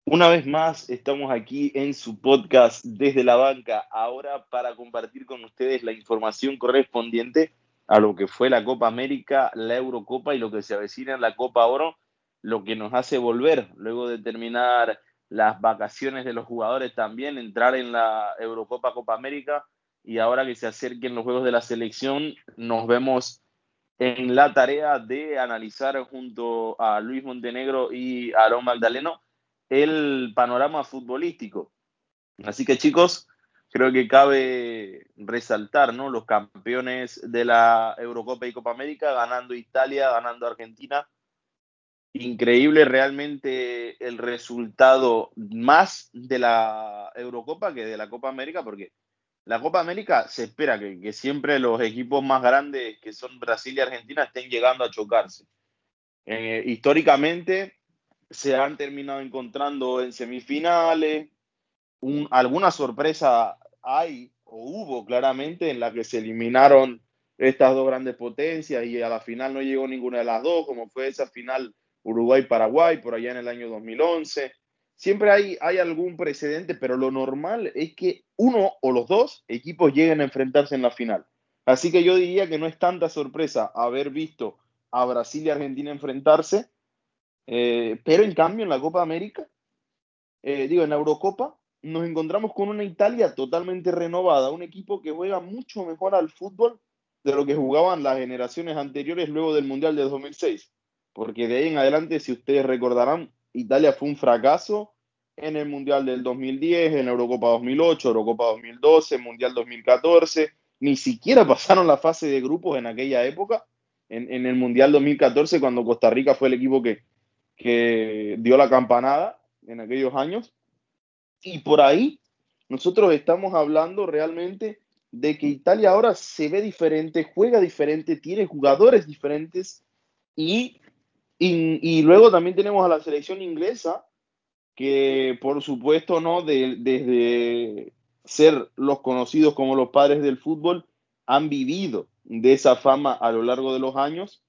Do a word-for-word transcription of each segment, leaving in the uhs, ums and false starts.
Una vez más estamos aquí en su podcast Desde la Banca, ahora para compartir con ustedes la información correspondiente a lo que fue la Copa América, la Eurocopa y lo que se avecina en la Copa Oro, lo que nos hace volver luego de terminar las vacaciones de los jugadores también, entrar en la Eurocopa, Copa América, y ahora que se acerquen los juegos de la selección, nos vemos en la tarea de analizar junto a Luis Montenegro y a Aarón Magdaleno el panorama futbolístico. Así que, chicos, creo que cabe resaltar, ¿no?, los campeones de la Eurocopa y Copa América, ganando Italia, ganando Argentina. Increíble realmente el resultado, más de la Eurocopa que de la Copa América, porque la Copa América se espera que, que siempre los equipos más grandes, que son Brasil y Argentina, estén llegando a chocarse. Eh, históricamente se han terminado encontrando en semifinales. Un, alguna sorpresa hay o hubo claramente en la que se eliminaron estas dos grandes potencias y a la final no llegó ninguna de las dos, como fue esa final Uruguay-Paraguay por allá en el año dos mil once. Siempre hay, hay algún precedente, pero lo normal es que uno o los dos equipos lleguen a enfrentarse en la final. Así que yo diría que no es tanta sorpresa haber visto a Brasil y Argentina enfrentarse, eh, pero en cambio en la Copa América, eh, digo, en la Eurocopa, nos encontramos con una Italia totalmente renovada, un equipo que juega mucho mejor al fútbol de lo que jugaban las generaciones anteriores luego del Mundial de dos mil seis. Porque de ahí en adelante, si ustedes recordarán, Italia fue un fracaso en el Mundial del dos mil diez, en la Eurocopa dos mil ocho, Eurocopa dos mil doce, Mundial dos mil catorce. Ni siquiera pasaron la fase de grupos en aquella época, en, en el Mundial dos mil catorce, cuando Costa Rica fue el equipo que, que dio la campanada en aquellos años. Y por ahí nosotros estamos hablando realmente de que Italia ahora se ve diferente, juega diferente, tiene jugadores diferentes y, y, y luego también tenemos a la selección inglesa que por supuesto, ¿no?, de, desde ser los conocidos como los padres del fútbol, han vivido de esa fama a lo largo de los años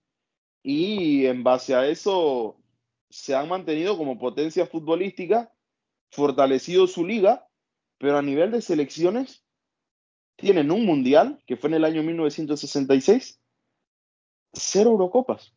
y en base a eso se han mantenido como potencia futbolística, fortalecido su liga, pero a nivel de selecciones tienen un mundial, que fue en el año mil novecientos sesenta y seis, cero Eurocopas.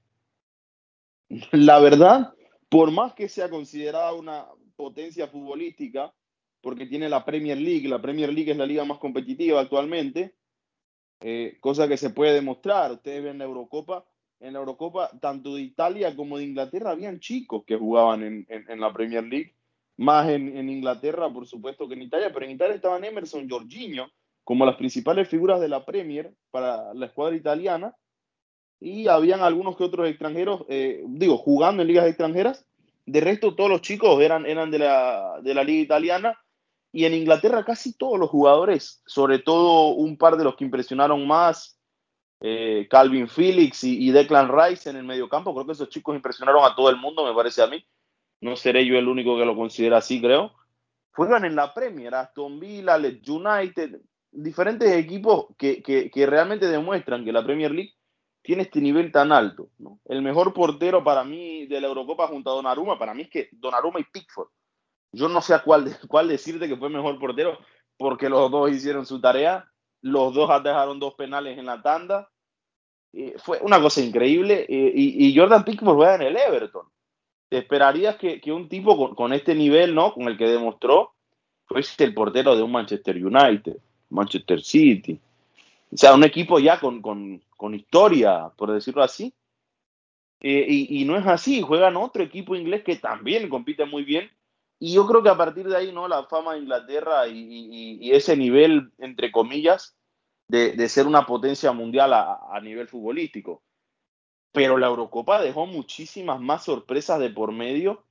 La verdad, por más que sea considerada una potencia futbolística, porque tiene la Premier League, la Premier League es la liga más competitiva actualmente, eh, cosa que se puede demostrar. Ustedes ven la Eurocopa, en la Eurocopa, tanto de Italia como de Inglaterra, habían chicos que jugaban en, en, en la Premier League, más en, en, Inglaterra, por supuesto, que en Italia, pero en Italia estaban Emerson, Jorginho, como las principales figuras de la Premier para la escuadra italiana, y habían algunos que otros extranjeros, eh, digo, jugando en ligas extranjeras. De resto, todos los chicos eran, eran de, la, de la liga italiana, y en Inglaterra casi todos los jugadores, sobre todo un par de los que impresionaron más, eh, Calvin Phillips y, y Declan Rice en el mediocampo. Creo que esos chicos impresionaron a todo el mundo, me parece a mí. No seré yo el único que lo considera así, creo. Juegan en la Premier, Aston Villa, Leeds United, diferentes equipos que, que, que realmente demuestran que la Premier League tiene este nivel tan alto, ¿no? El mejor portero para mí de la Eurocopa junto a Donnarumma, para mí es que Donnarumma y Pickford. Yo no sé a cuál, cuál decirte que fue mejor portero, porque los dos hicieron su tarea, los dos dejaron dos penales en la tanda. Eh, fue una cosa increíble, eh, y, y Jordan Pickford juega en el Everton. Te esperarías que, que un tipo con, con este nivel, ¿no?, con el que demostró, fuese el portero de un Manchester United, Manchester City. O sea, un equipo ya con, con, con historia, por decirlo así. Eh, y, y no es así, juegan otro equipo inglés que también compite muy bien. Y yo creo que a partir de ahí, ¿no?, la fama de Inglaterra y, y, y ese nivel, entre comillas, de, de ser una potencia mundial a, a nivel futbolístico. Pero la Eurocopa dejó muchísimas más sorpresas de por medio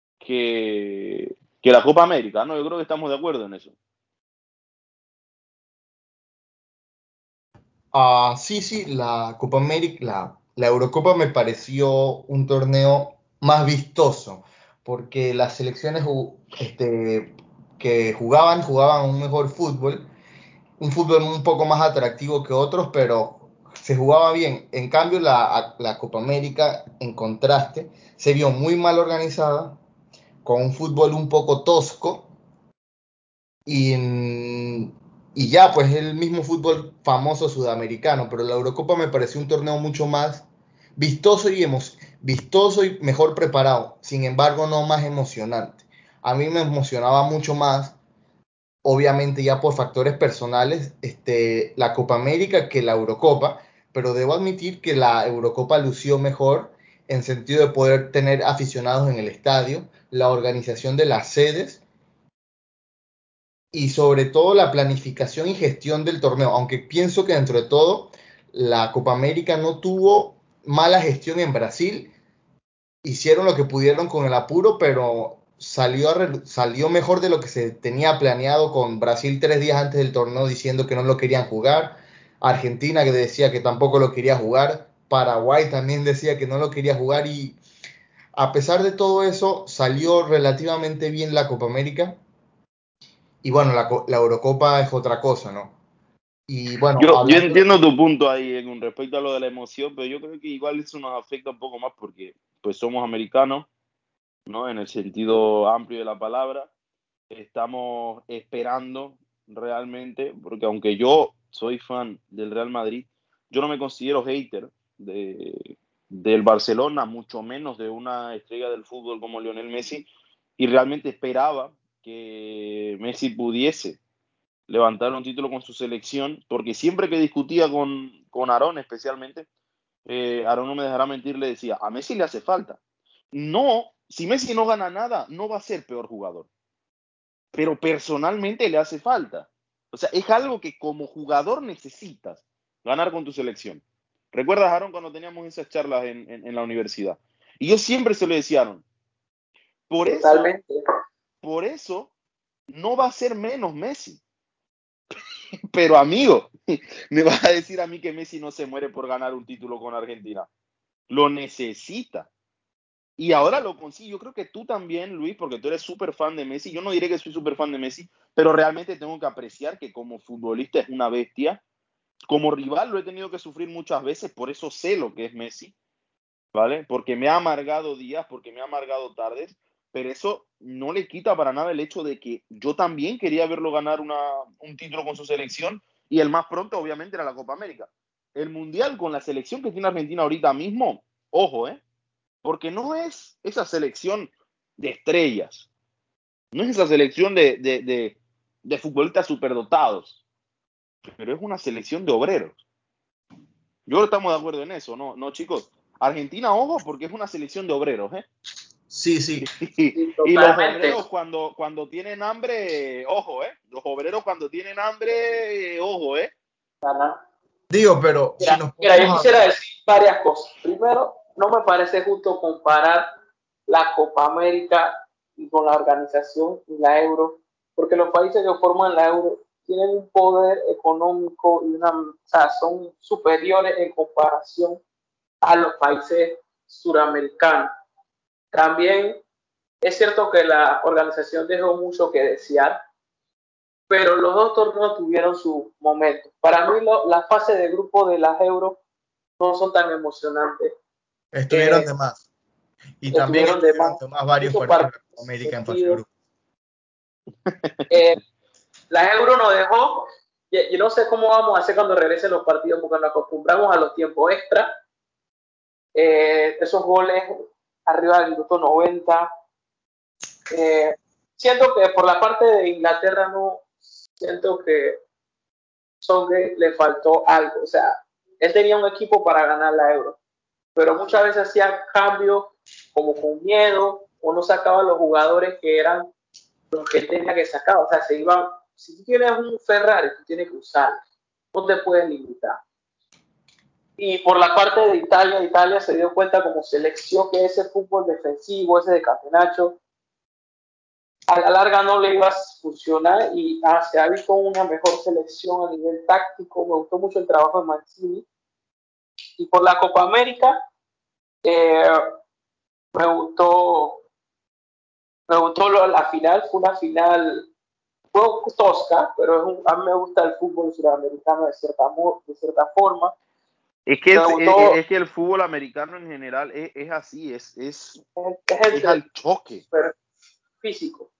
que, que la Copa América, ¿no? Yo creo que estamos de acuerdo en eso. Ah, sí, sí, la Copa América, la, la Eurocopa me pareció un torneo más vistoso, porque las selecciones ju- este, que jugaban, jugaban un mejor fútbol, un fútbol un poco más atractivo que otros, pero se jugaba bien. En cambio, la, la Copa América, en contraste, se vio muy mal organizada, con un fútbol un poco tosco y, y ya, pues el mismo fútbol famoso sudamericano, pero la Eurocopa me pareció un torneo mucho más vistoso y, emo vistoso y mejor preparado, sin embargo no más emocionante. A mí me emocionaba mucho más, obviamente ya por factores personales, este, la Copa América que la Eurocopa, pero debo admitir que la Eurocopa lució mejor en sentido de poder tener aficionados en el estadio, la organización de las sedes y sobre todo la planificación y gestión del torneo, aunque pienso que dentro de todo la Copa América no tuvo mala gestión en Brasil, hicieron lo que pudieron con el apuro, pero salió, a, salió mejor de lo que se tenía planeado, con Brasil tres días antes del torneo diciendo que no lo querían jugar, Argentina que decía que tampoco lo quería jugar, Paraguay también decía que no lo quería jugar, y a pesar de todo eso salió relativamente bien la Copa América. Y bueno, la, la Eurocopa es otra cosa, ¿no? Y bueno, Yo, yo hablando... entiendo tu punto ahí eh, con respecto a lo de la emoción, pero yo creo que igual eso nos afecta un poco más porque pues somos americanos, ¿no? En el sentido amplio de la palabra. Estamos esperando realmente, porque aunque yo soy fan del Real Madrid, yo no me considero hater de, del Barcelona, mucho menos de una estrella del fútbol como Lionel Messi, y realmente esperaba que Messi pudiese levantar un título con su selección, porque siempre que discutía con, con Aarón especialmente, eh, Aarón no me dejará mentir, le decía, a Messi le hace falta. No, si Messi no gana nada, no va a ser peor jugador, pero personalmente le hace falta. O sea, es algo que como jugador necesitas ganar con tu selección. ¿Recuerdas, Aaron, cuando teníamos esas charlas en, en, en la universidad? Y yo siempre se lo decía a Aaron, por eso, Totalmente. por eso no va a ser menos Messi. Pero amigo, me vas a decir a mí que Messi no se muere por ganar un título con Argentina. Lo necesita. Y ahora lo consigue. Yo creo que tú también, Luis, porque tú eres súper fan de Messi. Yo no diré que soy súper fan de Messi, pero realmente tengo que apreciar que como futbolista es una bestia. Como rival lo he tenido que sufrir muchas veces, por eso sé lo que es Messi, ¿vale? Porque me ha amargado días, porque me ha amargado tardes, pero eso no le quita para nada el hecho de que yo también quería verlo ganar una, un título con su selección, y el más pronto obviamente era la Copa América. El Mundial con la selección que tiene Argentina ahorita mismo, ojo, ¿eh? Porque no es esa selección de estrellas, no es esa selección de, de, de, de futbolistas superdotados, pero es una selección de obreros. Yo creo que estamos de acuerdo en eso, ¿no? No, chicos. Argentina, ojo, porque es una selección de obreros, ¿eh? Sí, sí. Sí, Y los totalmente. obreros cuando, cuando tienen hambre, ojo, ¿eh? Los obreros cuando tienen hambre, ojo, ¿eh? Ana. Digo, pero si Mira, nos mira, yo ponemos a... quisiera decir varias cosas. Primero, no me parece justo comparar la Copa América y con la organización y la Euro, porque los países que forman la Euro tienen un poder económico y una, o sea, son superiores en comparación a los países suramericanos. También es cierto que la organización dejó mucho que desear, pero los dos torneos tuvieron su momento. Para mí, lo, la fase de grupo de las Euro no son tan emocionantes. Estuvieron Eh, de más. Y también estuvieron de estuvieron más, de más varios muchos partidos partidos de Copa América en fase de sentido. grupo. Eh, la Euro nos dejó, yo no sé cómo vamos a hacer cuando regresen los partidos, porque nos acostumbramos a los tiempos extra, eh, esos goles arriba del minuto noventa. Eh, siento que por la parte de Inglaterra no, siento que Southgate le faltó algo, o sea, él tenía un equipo para ganar la Euro, pero muchas veces hacía cambios como con miedo o no sacaba a los jugadores que eran los que él tenía que sacar, o sea, se iban, si tú tienes un Ferrari, tú tienes que usarlo, no te puedes limitar. Y por la parte de Italia, Italia se dio cuenta como selección que ese fútbol defensivo, ese de Catenaccio, a la larga no le iba a funcionar y ah, se ha visto una mejor selección a nivel táctico. Me gustó mucho el trabajo de Mancini. Y por la Copa América, eh, me gustó, me gustó lo, la final, fue una final, fue tosca, pero es un, a mí me gusta el fútbol sudamericano de cierta, de cierta forma. Es que, Me es, es, gustó, es que el fútbol americano en general es, es así, es, es, es, es, es el, al choque. pero físico.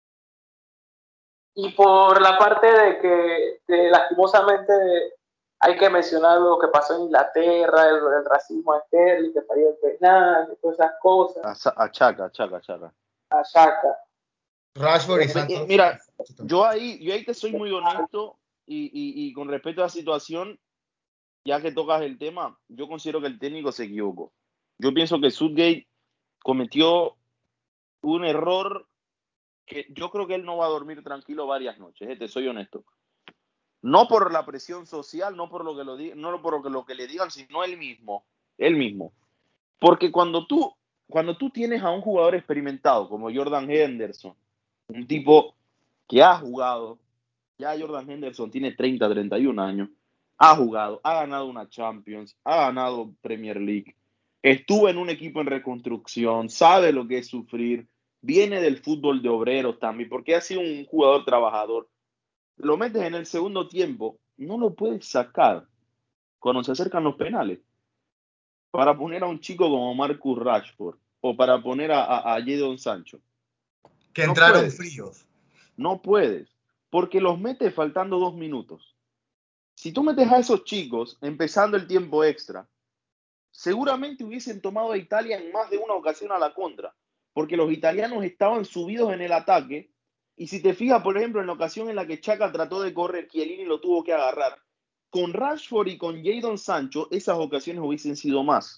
Y por la parte de que de, lastimosamente hay que mencionar lo que pasó en Inglaterra, el, el racismo a Sterling, que falló el penal, todas esas cosas. Achaca, achaca, achaca. A Xhaka. Rashford y Eh, Santos. Mira, yo ahí, yo ahí te soy muy honesto y, y, y con respecto a la situación, ya que tocas el tema, yo considero que el técnico se equivocó. Yo pienso que Southgate cometió un error que yo creo que él no va a dormir tranquilo varias noches, eh, te soy honesto. No por la presión social, no por lo que lo di- no por lo que, lo que le digan, sino él mismo, él mismo. Porque cuando tú, cuando tú tienes a un jugador experimentado como Jordan Henderson, un tipo que ha jugado, ya Jordan Henderson tiene treinta, treinta y un años, ha jugado, ha ganado una Champions, ha ganado Premier League, estuvo en un equipo en reconstrucción, sabe lo que es sufrir, viene del fútbol de obreros también, porque ha sido un jugador trabajador. Lo metes en el segundo tiempo, no lo puedes sacar cuando se acercan los penales para poner a un chico como Marcus Rashford o para poner a, a, a Jadon Sancho. Que No entraron puedes, fríos. no puedes, porque los metes faltando dos minutos. Si tú metes a esos chicos empezando el tiempo extra, seguramente hubiesen tomado a Italia en más de una ocasión a la contra, porque los italianos estaban subidos en el ataque. Y si te fijas, por ejemplo, en la ocasión en la que Xhaka trató de correr, Chiellini lo tuvo que agarrar. Con Rashford y con Jadon Sancho, esas ocasiones hubiesen sido más.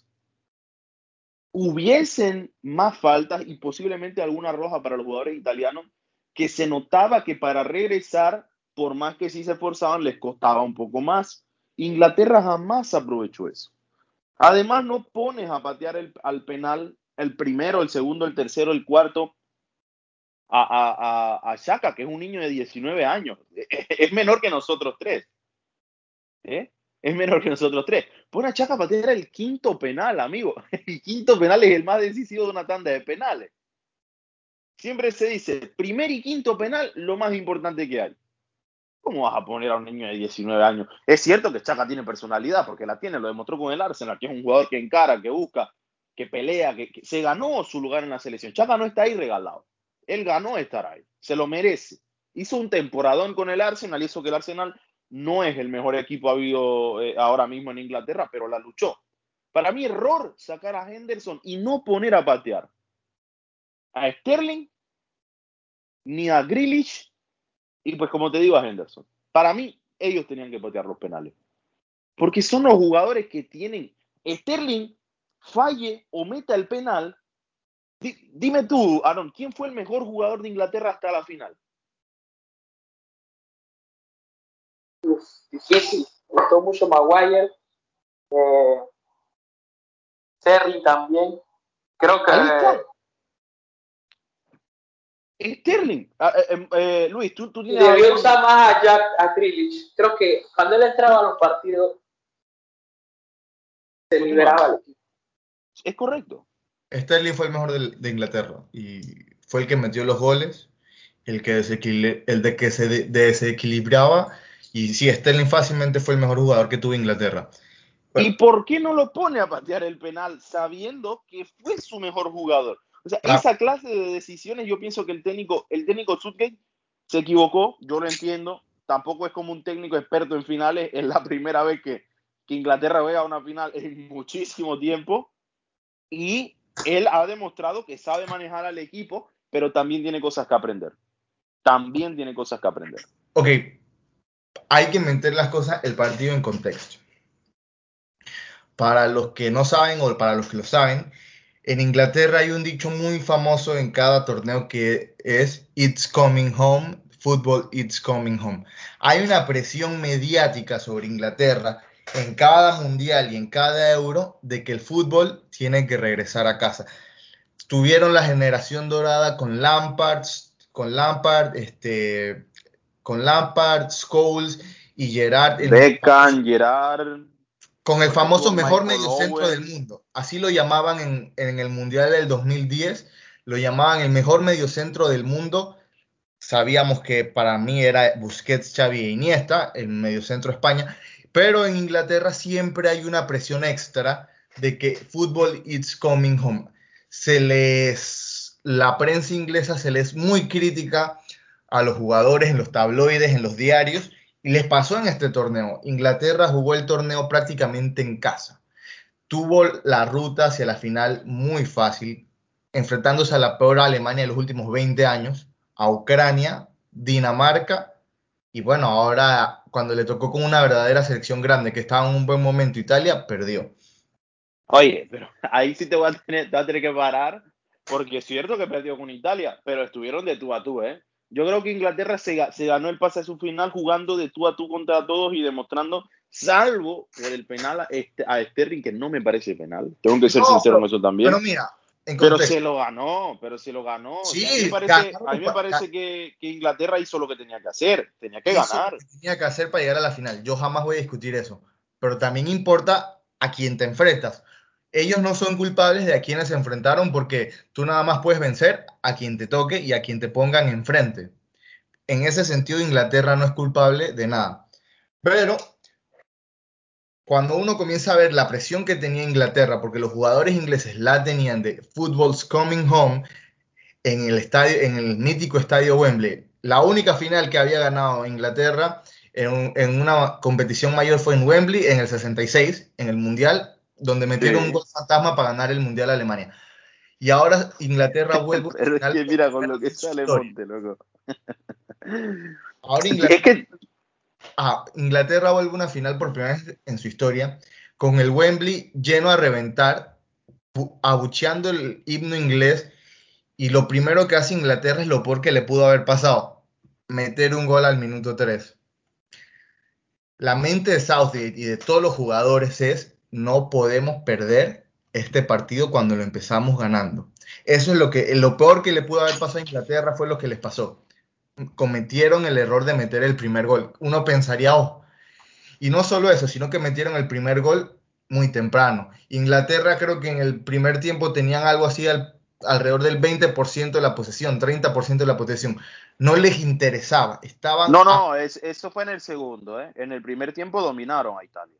Hubiesen más faltas y posiblemente alguna roja para los jugadores italianos, que se notaba que para regresar, por más que sí se esforzaban, les costaba un poco más. Inglaterra jamás aprovechó eso. Además, no pones a patear el, al penal el primero, el segundo, el tercero, el cuarto a, a, a, a Xhaka, que es un niño de diecinueve años. Es menor que nosotros tres. ¿Eh? Es menor que nosotros tres. Pon a Xhaka a patear el quinto penal, amigo. El quinto penal es el más decisivo de una tanda de penales. Siempre se dice, primer y quinto penal, lo más importante que hay. ¿Cómo vas a poner a un niño de diecinueve años? Es cierto que Xhaka tiene personalidad, porque la tiene, lo demostró con el Arsenal, que es un jugador que encara, que busca, que pelea, que, que se ganó su lugar en la selección. Xhaka no está ahí regalado. Él ganó estar ahí, se lo merece. Hizo un temporadón con el Arsenal, hizo que el Arsenal no es el mejor equipo habido eh, ahora mismo en Inglaterra, pero la luchó. Para mí, error sacar a Henderson y no poner a patear a Sterling ni a Grealish. Y pues como te digo a Henderson, para mí ellos tenían que patear los penales. Porque son los jugadores que tienen. Sterling falle o meta el penal. Di, dime tú, Aaron, ¿quién fue el mejor jugador de Inglaterra hasta la final? Uf, difícil. Me gustó mucho Maguire. Eh, Terry también. Creo que. Ahí está. Sterling. Ah, eh, eh, Luis, tú, tú tienes Debió algún... usar más a Jack a Grealish. Creo que cuando él entraba a los partidos se liberaba el equipo. Es correcto. Sterling fue el mejor de, de Inglaterra y fue el que metió los goles, el que desequil- el de que se de- desequilibraba. Y sí, Sterling fácilmente fue el mejor jugador que tuvo Inglaterra. ¿Y Bueno, por qué no lo pone a patear el penal sabiendo que fue su mejor jugador? O sea, para, esa clase de decisiones, yo pienso que el técnico, el técnico Southgate se equivocó, yo lo entiendo. Tampoco es como un técnico experto en finales, es la primera vez que, que Inglaterra vea una final en muchísimo tiempo. Y él ha demostrado que sabe manejar al equipo, pero también tiene cosas que aprender. También tiene cosas que aprender. ok, hay que meter las cosas, el partido en contexto. Para los que no saben o para los que lo saben, en Inglaterra hay un dicho muy famoso en cada torneo que es It's coming home, football it's coming home. Hay una presión mediática sobre Inglaterra en cada mundial y en cada euro de que el fútbol tiene que regresar a casa. Tuvieron la generación dorada con Lampard, con Lampard, este, con Lampard, Scholes y Gerrard, el famoso Beckham, Gerard, con el por ahí famoso estuvo mejor Michael mediocentro del Owen. mundo. Así lo llamaban en, en el Mundial del dos mil diez, lo llamaban el mejor mediocentro del mundo. Sabíamos que para mí era Busquets, Xavi e Iniesta, el mediocentro de España, pero en Inglaterra siempre hay una presión extra de que fútbol is coming home. Se les, la prensa inglesa se les es muy crítica a los jugadores en los tabloides, en los diarios, y les pasó en este torneo. Inglaterra jugó el torneo prácticamente en casa. Tuvo la ruta hacia la final muy fácil, enfrentándose a la peor Alemania de los últimos veinte años, a Ucrania, Dinamarca, y bueno, ahora cuando le tocó con una verdadera selección grande que estaba en un buen momento, Italia, perdió. Oye, pero ahí sí te voy a tener, te voy a tener que parar, porque es cierto que perdió con Italia, pero estuvieron de tú a tú, ¿eh? Yo creo que Inglaterra se, se ganó el pase a su final jugando de tú a tú contra todos y demostrando, salvo por el penal a, este, a Sterling, que no me parece penal. Tengo que ser No, sincero en pero, eso también. pero mira, en Pero se contexto, lo ganó, pero se lo ganó. O sea, a mí me sí, parece, ganaron a mí los me pa- ga- parece que, que Inglaterra hizo lo que tenía que hacer. Tenía que hizo lo ganar. que tenía que hacer para llegar a la final. Yo jamás voy a discutir eso, pero también importa a quién te enfrentas. Ellos no son culpables de a quienes se enfrentaron porque tú nada más puedes vencer a quien te toque y a quien te pongan enfrente. En ese sentido, Inglaterra no es culpable de nada. Pero cuando uno comienza a ver la presión que tenía Inglaterra, porque los jugadores ingleses la tenían de Football's Coming Home en el estadio, en el mítico estadio Wembley, la única final que había ganado Inglaterra en, un- en una competición mayor fue en Wembley en el sesenta y seis, en el Mundial, donde metieron un Sí. gol fantasma para ganar el Mundial a Alemania. Y ahora Inglaterra vuelve a una Pero es final que por mira con primera lo vez que en su sale historia. Monte, loco. Ahora Es Inglaterra que, Ah, Inglaterra vuelve a una final por primera vez en su historia, con el Wembley lleno a reventar, pu- abucheando el himno inglés, y lo primero que hace Inglaterra es lo peor que le pudo haber pasado, meter un gol al minuto tres. La mente de Southgate y de todos los jugadores es, no podemos perder este partido cuando lo empezamos ganando. Eso es lo que, lo peor que le pudo haber pasado a Inglaterra fue lo que les pasó. Cometieron el error de meter el primer gol. Uno pensaría, oh, y no solo eso, sino que metieron el primer gol muy temprano. Inglaterra creo que en el primer tiempo tenían algo así al- alrededor del veinte por ciento de la posesión, treinta por ciento de la posesión. No les interesaba, estaban no, a, no, es, eso fue en el segundo, ¿eh? En el primer tiempo dominaron a Italia.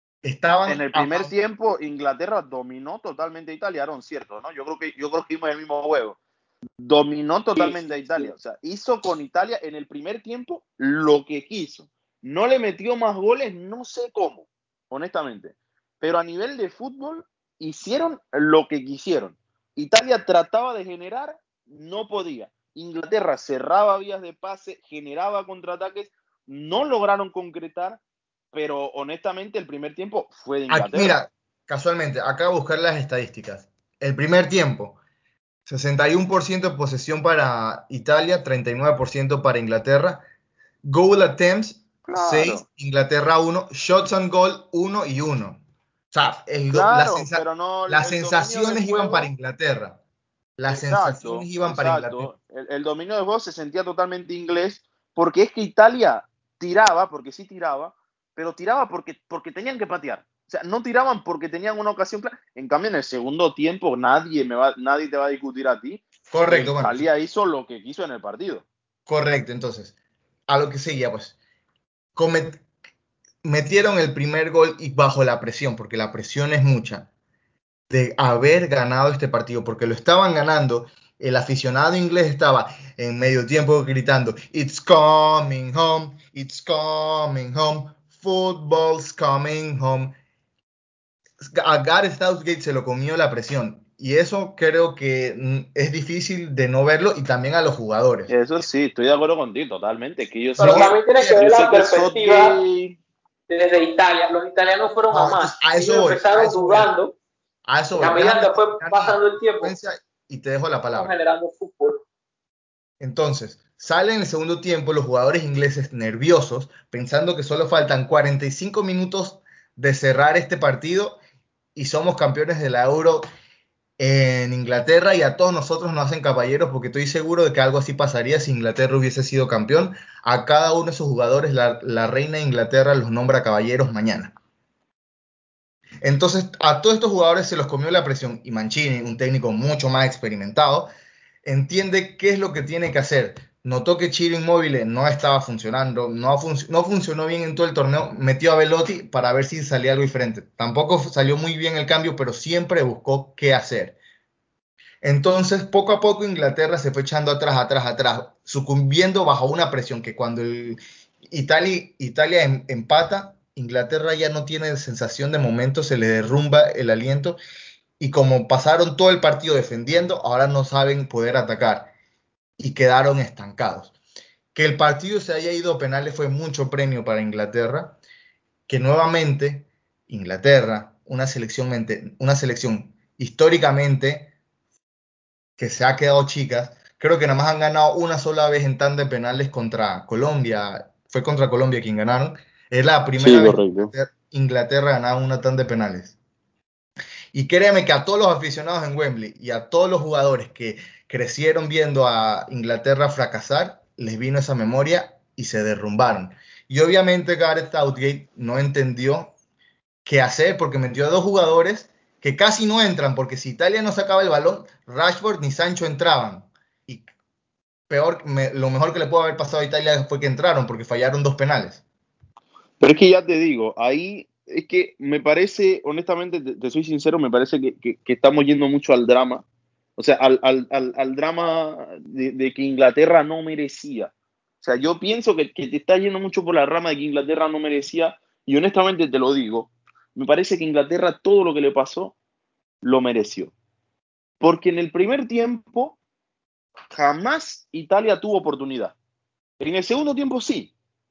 En estaban el a, primer tiempo Inglaterra dominó totalmente a Italia, Aaron, cierto, ¿no? Yo creo que yo creo que vimos el mismo juego. Dominó Sí, totalmente a sí, Italia, sí. o sea, hizo con Italia en el primer tiempo lo que quiso. No le metió más goles, no sé cómo, honestamente. Pero a nivel de fútbol hicieron lo que quisieron. Italia trataba de generar, no podía. Inglaterra cerraba vías de pase, generaba contraataques, no lograron concretar, pero honestamente el primer tiempo fue de aquí, Inglaterra. mira, casualmente, acabo de buscar las estadísticas. El primer tiempo, sesenta y uno por ciento de posesión para Italia, treinta y nueve por ciento para Inglaterra. Goal attempts, seis, Claro, Inglaterra uno, shots on goal uno y uno. O sea, el do- la claro, sensa- pero no las el dominio del sensaciones iban para juego. Inglaterra. Las sensaciones Exacto, iban para Inglaterra. exacto. El, el dominio del juego se sentía totalmente inglés porque es que Italia tiraba, porque sí tiraba, pero tiraba porque, porque tenían que patear. O sea, no tiraban porque tenían una ocasión clara. En cambio, en el segundo tiempo nadie, me va, nadie te va a discutir a ti que Correcto, bueno, sí, Italia hizo lo que quiso en el partido. correcto. Entonces, a lo que seguía, pues, comet- metieron el primer gol y bajo la presión, porque la presión es mucha, de haber ganado este partido, porque lo estaban ganando. El aficionado inglés estaba en medio tiempo gritando, It's coming home, it's coming home, football's coming home. A Gareth Southgate se lo comió la presión y eso creo que mm, es difícil de no verlo y también a los jugadores. Eso sí, estoy de acuerdo contigo totalmente. Que yo sé Pero No, que, también tienes que mira, ver yo sé la que perspectiva Southgate, desde Italia. Los italianos fueron a no, entonces más. a eso Ellos voy, a empezaron eso voy, a, dudando. a eso Y a voy. medida Déjame que fue terminar mi pasando el tiempo, secuencia y te dejo la fueron palabra. generando fútbol. Entonces, salen en el segundo tiempo los jugadores ingleses nerviosos, pensando que solo faltan cuarenta y cinco minutos de cerrar este partido y somos campeones de la Euro en Inglaterra y a todos nosotros nos hacen caballeros porque estoy seguro de que algo así pasaría si Inglaterra hubiese sido campeón. A cada uno de esos jugadores la, la reina de Inglaterra los nombra caballeros mañana. Entonces, a todos estos jugadores se los comió la presión y Mancini, un técnico mucho más experimentado, entiende qué es lo que tiene que hacer. Notó que Chiro Inmóvil no estaba funcionando, no, fun no funcionó bien en todo el torneo, metió a Velotti para ver si salía algo diferente. Tampoco salió muy bien el cambio, pero siempre buscó qué hacer. Entonces, poco a poco Inglaterra se fue echando atrás, atrás, atrás, sucumbiendo bajo una presión que cuando el Italia, Italia em- empata, Inglaterra ya no tiene sensación de momento, se le derrumba el aliento y como pasaron todo el partido defendiendo, ahora no saben poder atacar y quedaron estancados. Que el partido se haya ido a penales fue mucho premio para Inglaterra, que nuevamente Inglaterra, una selección, mente- una selección históricamente que se ha quedado chicas, creo que nada más han ganado una sola vez en tanda de penales contra Colombia, fue contra Colombia quien ganaron, es la primera Sí, vez que correcto. Inglaterra, Inglaterra ganaba una tanda de penales. Y créeme que a todos los aficionados en Wembley y a todos los jugadores que crecieron viendo a Inglaterra fracasar, les vino esa memoria y se derrumbaron. Y obviamente Gareth Southgate no entendió qué hacer porque metió a dos jugadores que casi no entran, porque si Italia no sacaba el balón, Rashford ni Sancho entraban. Y peor, me, lo mejor que le pudo haber pasado a Italia fue que entraron porque fallaron dos penales. Pero es que ya te digo, ahí es que me parece, honestamente, te, te soy sincero, me parece que, que, que estamos yendo mucho al drama. O sea, al, al, al, al drama de, de que Inglaterra no merecía. O sea, yo pienso que, que te está yendo mucho por la rama de que Inglaterra no merecía. Y honestamente te lo digo, me parece que Inglaterra todo lo que le pasó lo mereció. Porque en el primer tiempo jamás Italia tuvo oportunidad. En el segundo tiempo sí.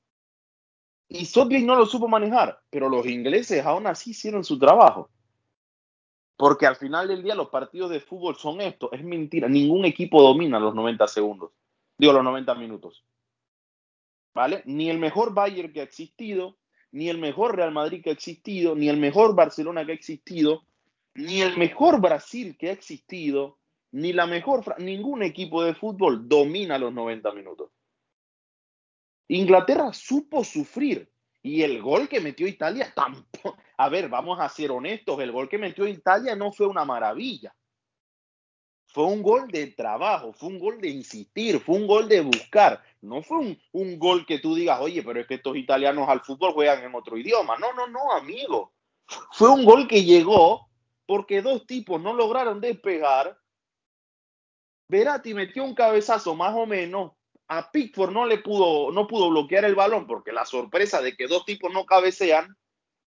Y Southgate no lo supo manejar, pero los ingleses aún así hicieron su trabajo. Porque al final del día los partidos de fútbol son esto, es mentira. Ningún equipo domina los noventa segundos, digo los noventa minutos. ¿Vale? Ni el mejor Bayern que ha existido, ni el mejor Real Madrid que ha existido, ni el mejor Barcelona que ha existido, ni el mejor Brasil que ha existido, ni la mejor, ningún equipo de fútbol domina los noventa minutos. Inglaterra supo sufrir. Y el gol que metió Italia tampoco. A ver, vamos a ser honestos, el gol que metió Italia no fue una maravilla. Fue un gol de trabajo, fue un gol de insistir, fue un gol de buscar. No fue un, un gol que tú digas, oye, pero es que estos italianos al fútbol juegan en otro idioma. No, no, no, amigo. Fue un gol que llegó porque dos tipos no lograron despegar. Verratti metió un cabezazo más o menos. A Pickford no le pudo, no pudo bloquear el balón porque la sorpresa de que dos tipos no cabecean.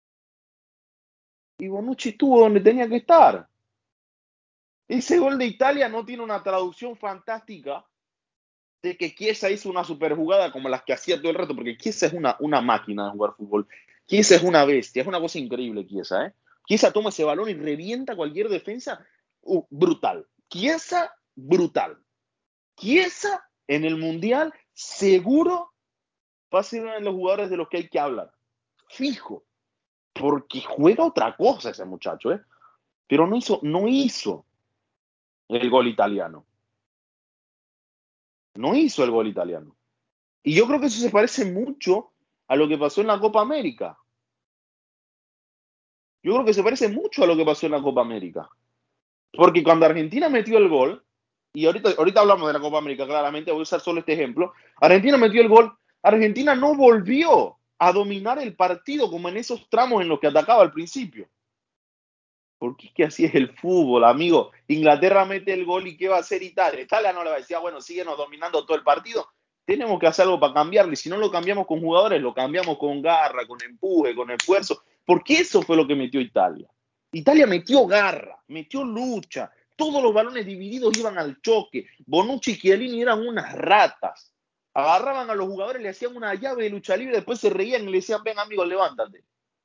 Y Bonucci estuvo donde tenía que estar. Ese gol de Italia no tiene una traducción fantástica de que Chiesa hizo una superjugada como las que hacía todo el rato, porque Chiesa es una, una máquina de jugar fútbol. Chiesa es una bestia, es una cosa increíble Chiesa, ¿eh? Chiesa toma ese balón y revienta cualquier defensa. Uh, brutal. Chiesa, brutal. Chiesa en el Mundial seguro va a ser uno de los jugadores de los que hay que hablar. Fijo. Porque juega otra cosa ese muchacho, ¿eh? Pero no hizo, no hizo el gol italiano. No hizo el gol italiano. Y yo creo que eso se parece mucho a lo que pasó en la Copa América. Yo creo que se parece mucho a lo que pasó en la Copa América. Porque cuando Argentina metió el gol, y ahorita, ahorita hablamos de la Copa América, claramente, voy a usar solo este ejemplo. Argentina metió el gol, Argentina no volvió a dominar el partido como en esos tramos en los que atacaba al principio. Porque es que así es el fútbol, amigo. Inglaterra mete el gol y ¿qué va a hacer Italia? Italia no le va a decir, ah, bueno, síguenos dominando todo el partido. Tenemos que hacer algo para cambiarlo. Y si no lo cambiamos con jugadores, lo cambiamos con garra, con empuje, con esfuerzo. Porque eso fue lo que metió Italia. Italia metió garra, metió lucha. Todos los balones divididos iban al choque. Bonucci y Chiellini eran unas ratas. Agarraban a los jugadores, le hacían una llave de lucha libre, después se reían y le decían, ven amigo, levántate.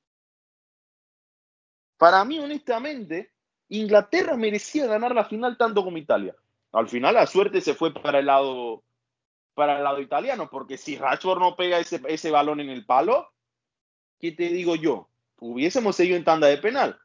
Para mí, honestamente, Inglaterra merecía ganar la final tanto como Italia. Al final la suerte se fue para el lado, para el lado italiano, porque si Rashford no pega ese, ese balón en el palo, ¿qué te digo yo? Hubiésemos seguido en tanda de penal.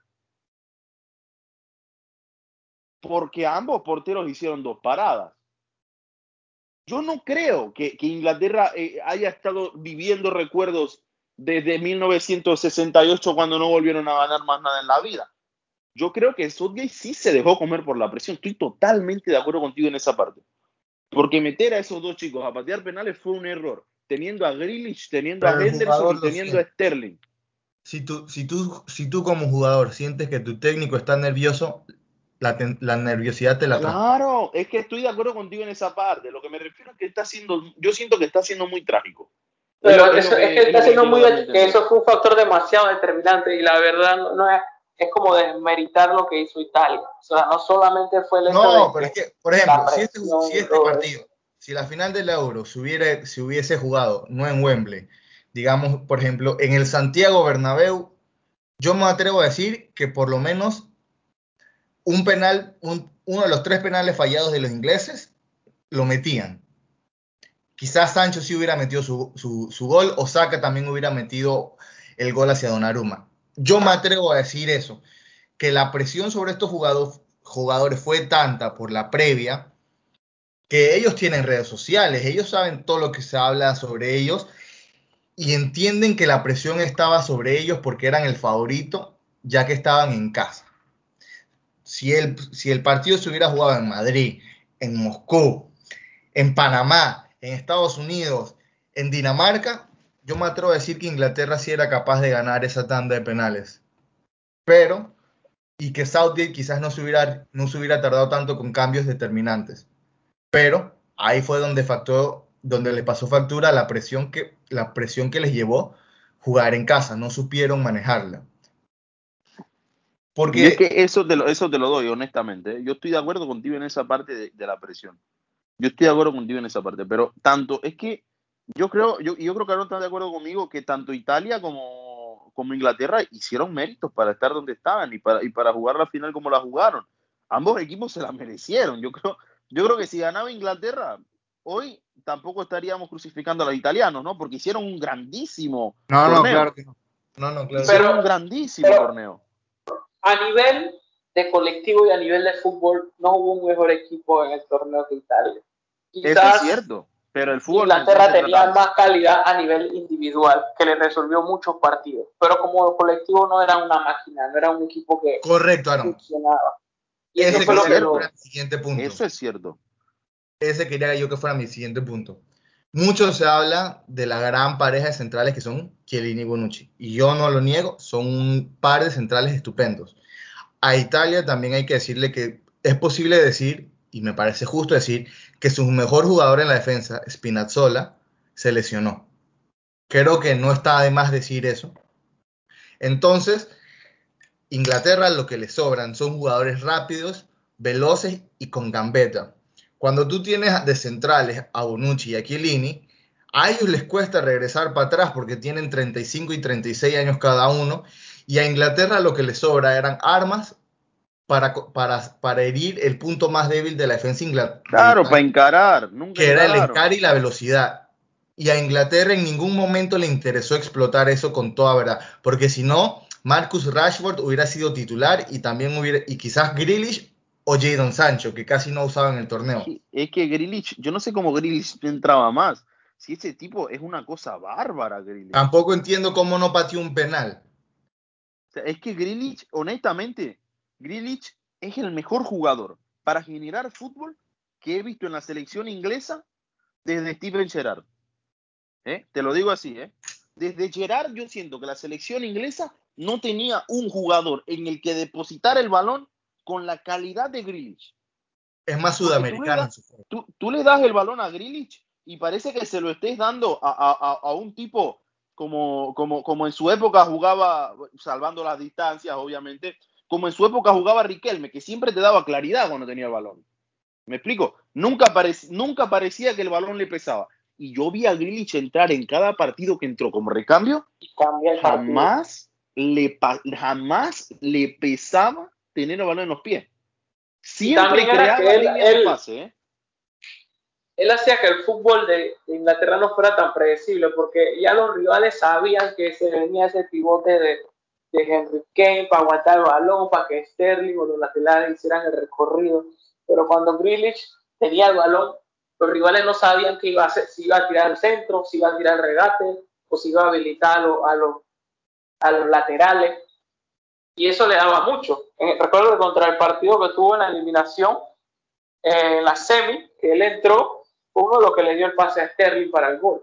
Porque ambos porteros hicieron dos paradas. Yo no creo que, que Inglaterra eh, haya estado viviendo recuerdos desde mil novecientos sesenta y ocho cuando no volvieron a ganar más nada en la vida. Yo creo que Southgate sí se dejó comer por la presión. Estoy totalmente de acuerdo contigo en esa parte. Porque meter a esos dos chicos a patear penales fue un error. Teniendo a Grealish, teniendo a Pero el Henderson jugador y lo teniendo a siente. Sterling. Si tú, si tú, si tú como jugador sientes que tu técnico está nervioso, la, ten, la nerviosidad te la transmite. Claro, es que estoy de acuerdo contigo en esa parte. Lo que me refiero es que está siendo, yo siento que está siendo muy trágico. Pero Es, lo, es, eso, lo, es que, que es está lo que siendo quiero muy, darle a que entender. eso fue un factor demasiado determinante y la verdad no, no es, es como desmeritar lo que hizo Italia. O sea, no solamente fue el hecho No, de pero es que que, por la ejemplo, si este, presión si y este todo eso. partido, si la final del Euro se, hubiera, se hubiese jugado no en Wembley, digamos, por ejemplo, en el Santiago Bernabéu, yo me atrevo a decir que por lo menos un penal, un, uno de los tres penales fallados de los ingleses, lo metían. Quizás Sancho sí hubiera metido su, su, su gol, o Saka también hubiera metido el gol hacia Donnarumma. Yo me atrevo a decir eso, que la presión sobre estos jugadores, jugadores fue tanta por la previa, que ellos tienen redes sociales, ellos saben todo lo que se habla sobre ellos y entienden que la presión estaba sobre ellos porque eran el favorito, ya que estaban en casa. Si el, si el partido se hubiera jugado en Madrid, en Moscú, en Panamá, en Estados Unidos, en Dinamarca, yo me atrevo a decir que Inglaterra sí era capaz de ganar esa tanda de penales. Pero, y que Southgate quizás no se hubiera, no se hubiera tardado tanto con cambios determinantes. Pero ahí fue donde, factó, donde le pasó factura la presión, que, la presión que les llevó jugar en casa. No supieron manejarla. Y es Porque, que eso te lo, eso te lo doy, honestamente. ¿eh? Yo estoy de acuerdo contigo en esa parte de, de la presión. Yo estoy de acuerdo contigo en esa parte, pero tanto es que yo creo, yo, yo creo que Aaron está de acuerdo conmigo que tanto Italia como, como Inglaterra hicieron méritos para estar donde estaban y para, y para jugar la final como la jugaron. Ambos equipos se la merecieron. Yo creo, yo creo que si ganaba Inglaterra, hoy tampoco estaríamos crucificando a los italianos, ¿no? Porque hicieron un grandísimo no, no, torneo. claro que no. No, no, claro que Hicieron no. un Pero, grandísimo pero torneo. a nivel de colectivo y a nivel de fútbol, no hubo un mejor equipo en el torneo que Italia. Eso es Quizás cierto, pero el fútbol no, no Inglaterra se trata tenía de eso. más calidad a nivel individual, que le resolvió muchos partidos, pero como colectivo no era una máquina, no era un equipo que Correcto, Aaron. funcionaba. Y eso Ese Eso fue es lo que quería que lo... fuera cierto. mi siguiente punto. Eso es cierto. Ese quería yo que fuera mi siguiente punto. Mucho se habla de la gran pareja de centrales que son Chiellini y Bonucci. Y yo no lo niego, son un par de centrales estupendos. A Italia también hay que decirle que es posible decir, y me parece justo decir, que su mejor jugador en la defensa, Spinazzola, se lesionó. Creo que no está de más decir eso. Entonces, Inglaterra lo que le sobran son jugadores rápidos, veloces y con gambeta. Cuando tú tienes de centrales a Bonucci y a Chiellini, a ellos les cuesta regresar para atrás porque tienen treinta y cinco y treinta y seis años cada uno, y a Inglaterra lo que les sobra eran armas para, para, para herir el punto más débil de la defensa de Claro, para Italia, encarar, nunca que era el encararon. encare y la velocidad. Y a Inglaterra en ningún momento le interesó explotar eso con toda verdad, porque si no, Marcus Rashford hubiera sido titular y también hubiera, y quizás Grealish o Jadon Sancho, que casi no usaban el Es torneo. que, es que Grealish, yo no sé cómo Grealish entraba más. Si ese tipo es una cosa bárbara, Grealish. Tampoco entiendo cómo no pateó un penal. O sea, es que Grealish, honestamente, Grealish es el mejor jugador para generar fútbol que he visto en la selección inglesa desde Steven Gerrard. ¿Eh? Te lo digo así, ¿eh? Desde Gerrard yo siento que la selección inglesa no tenía un jugador en el que depositar el balón con la calidad de Grealish. Es más Porque tú le, sudamericano das, en su juego. tú, tú le das el balón a Grealish y parece que se lo estés dando a, a, a un tipo como, como, como en su época jugaba, salvando las distancias, obviamente, como en su época jugaba Riquelme, que siempre te daba claridad cuando tenía el balón. ¿Me explico? Nunca, parec nunca parecía que el balón le pesaba. Y yo vi a Grealish entrar en cada partido que entró como recambio, Y cambia el partido. jamás le, jamás le pesaba tener el balón en los pies. Y Siempre también era que creaba él, líneas de él, pase, ¿eh? él hacía que el fútbol de, de Inglaterra no fuera tan predecible, porque ya los rivales sabían que se venía ese pivote de, de Henry Kane para aguantar el balón, para que Sterling o los laterales hicieran el recorrido. Pero cuando Grealish tenía el balón, los rivales no sabían que iba a hacer, si iba a tirar el centro, si iba a tirar el regate, o si iba a habilitar a, lo, a, lo, a los laterales. Y eso le daba mucho. Eh, recuerdo que contra el partido que tuvo en la eliminación, eh, en la semi, que él entró, fue uno de los que le dio el pase a Sterling para el gol.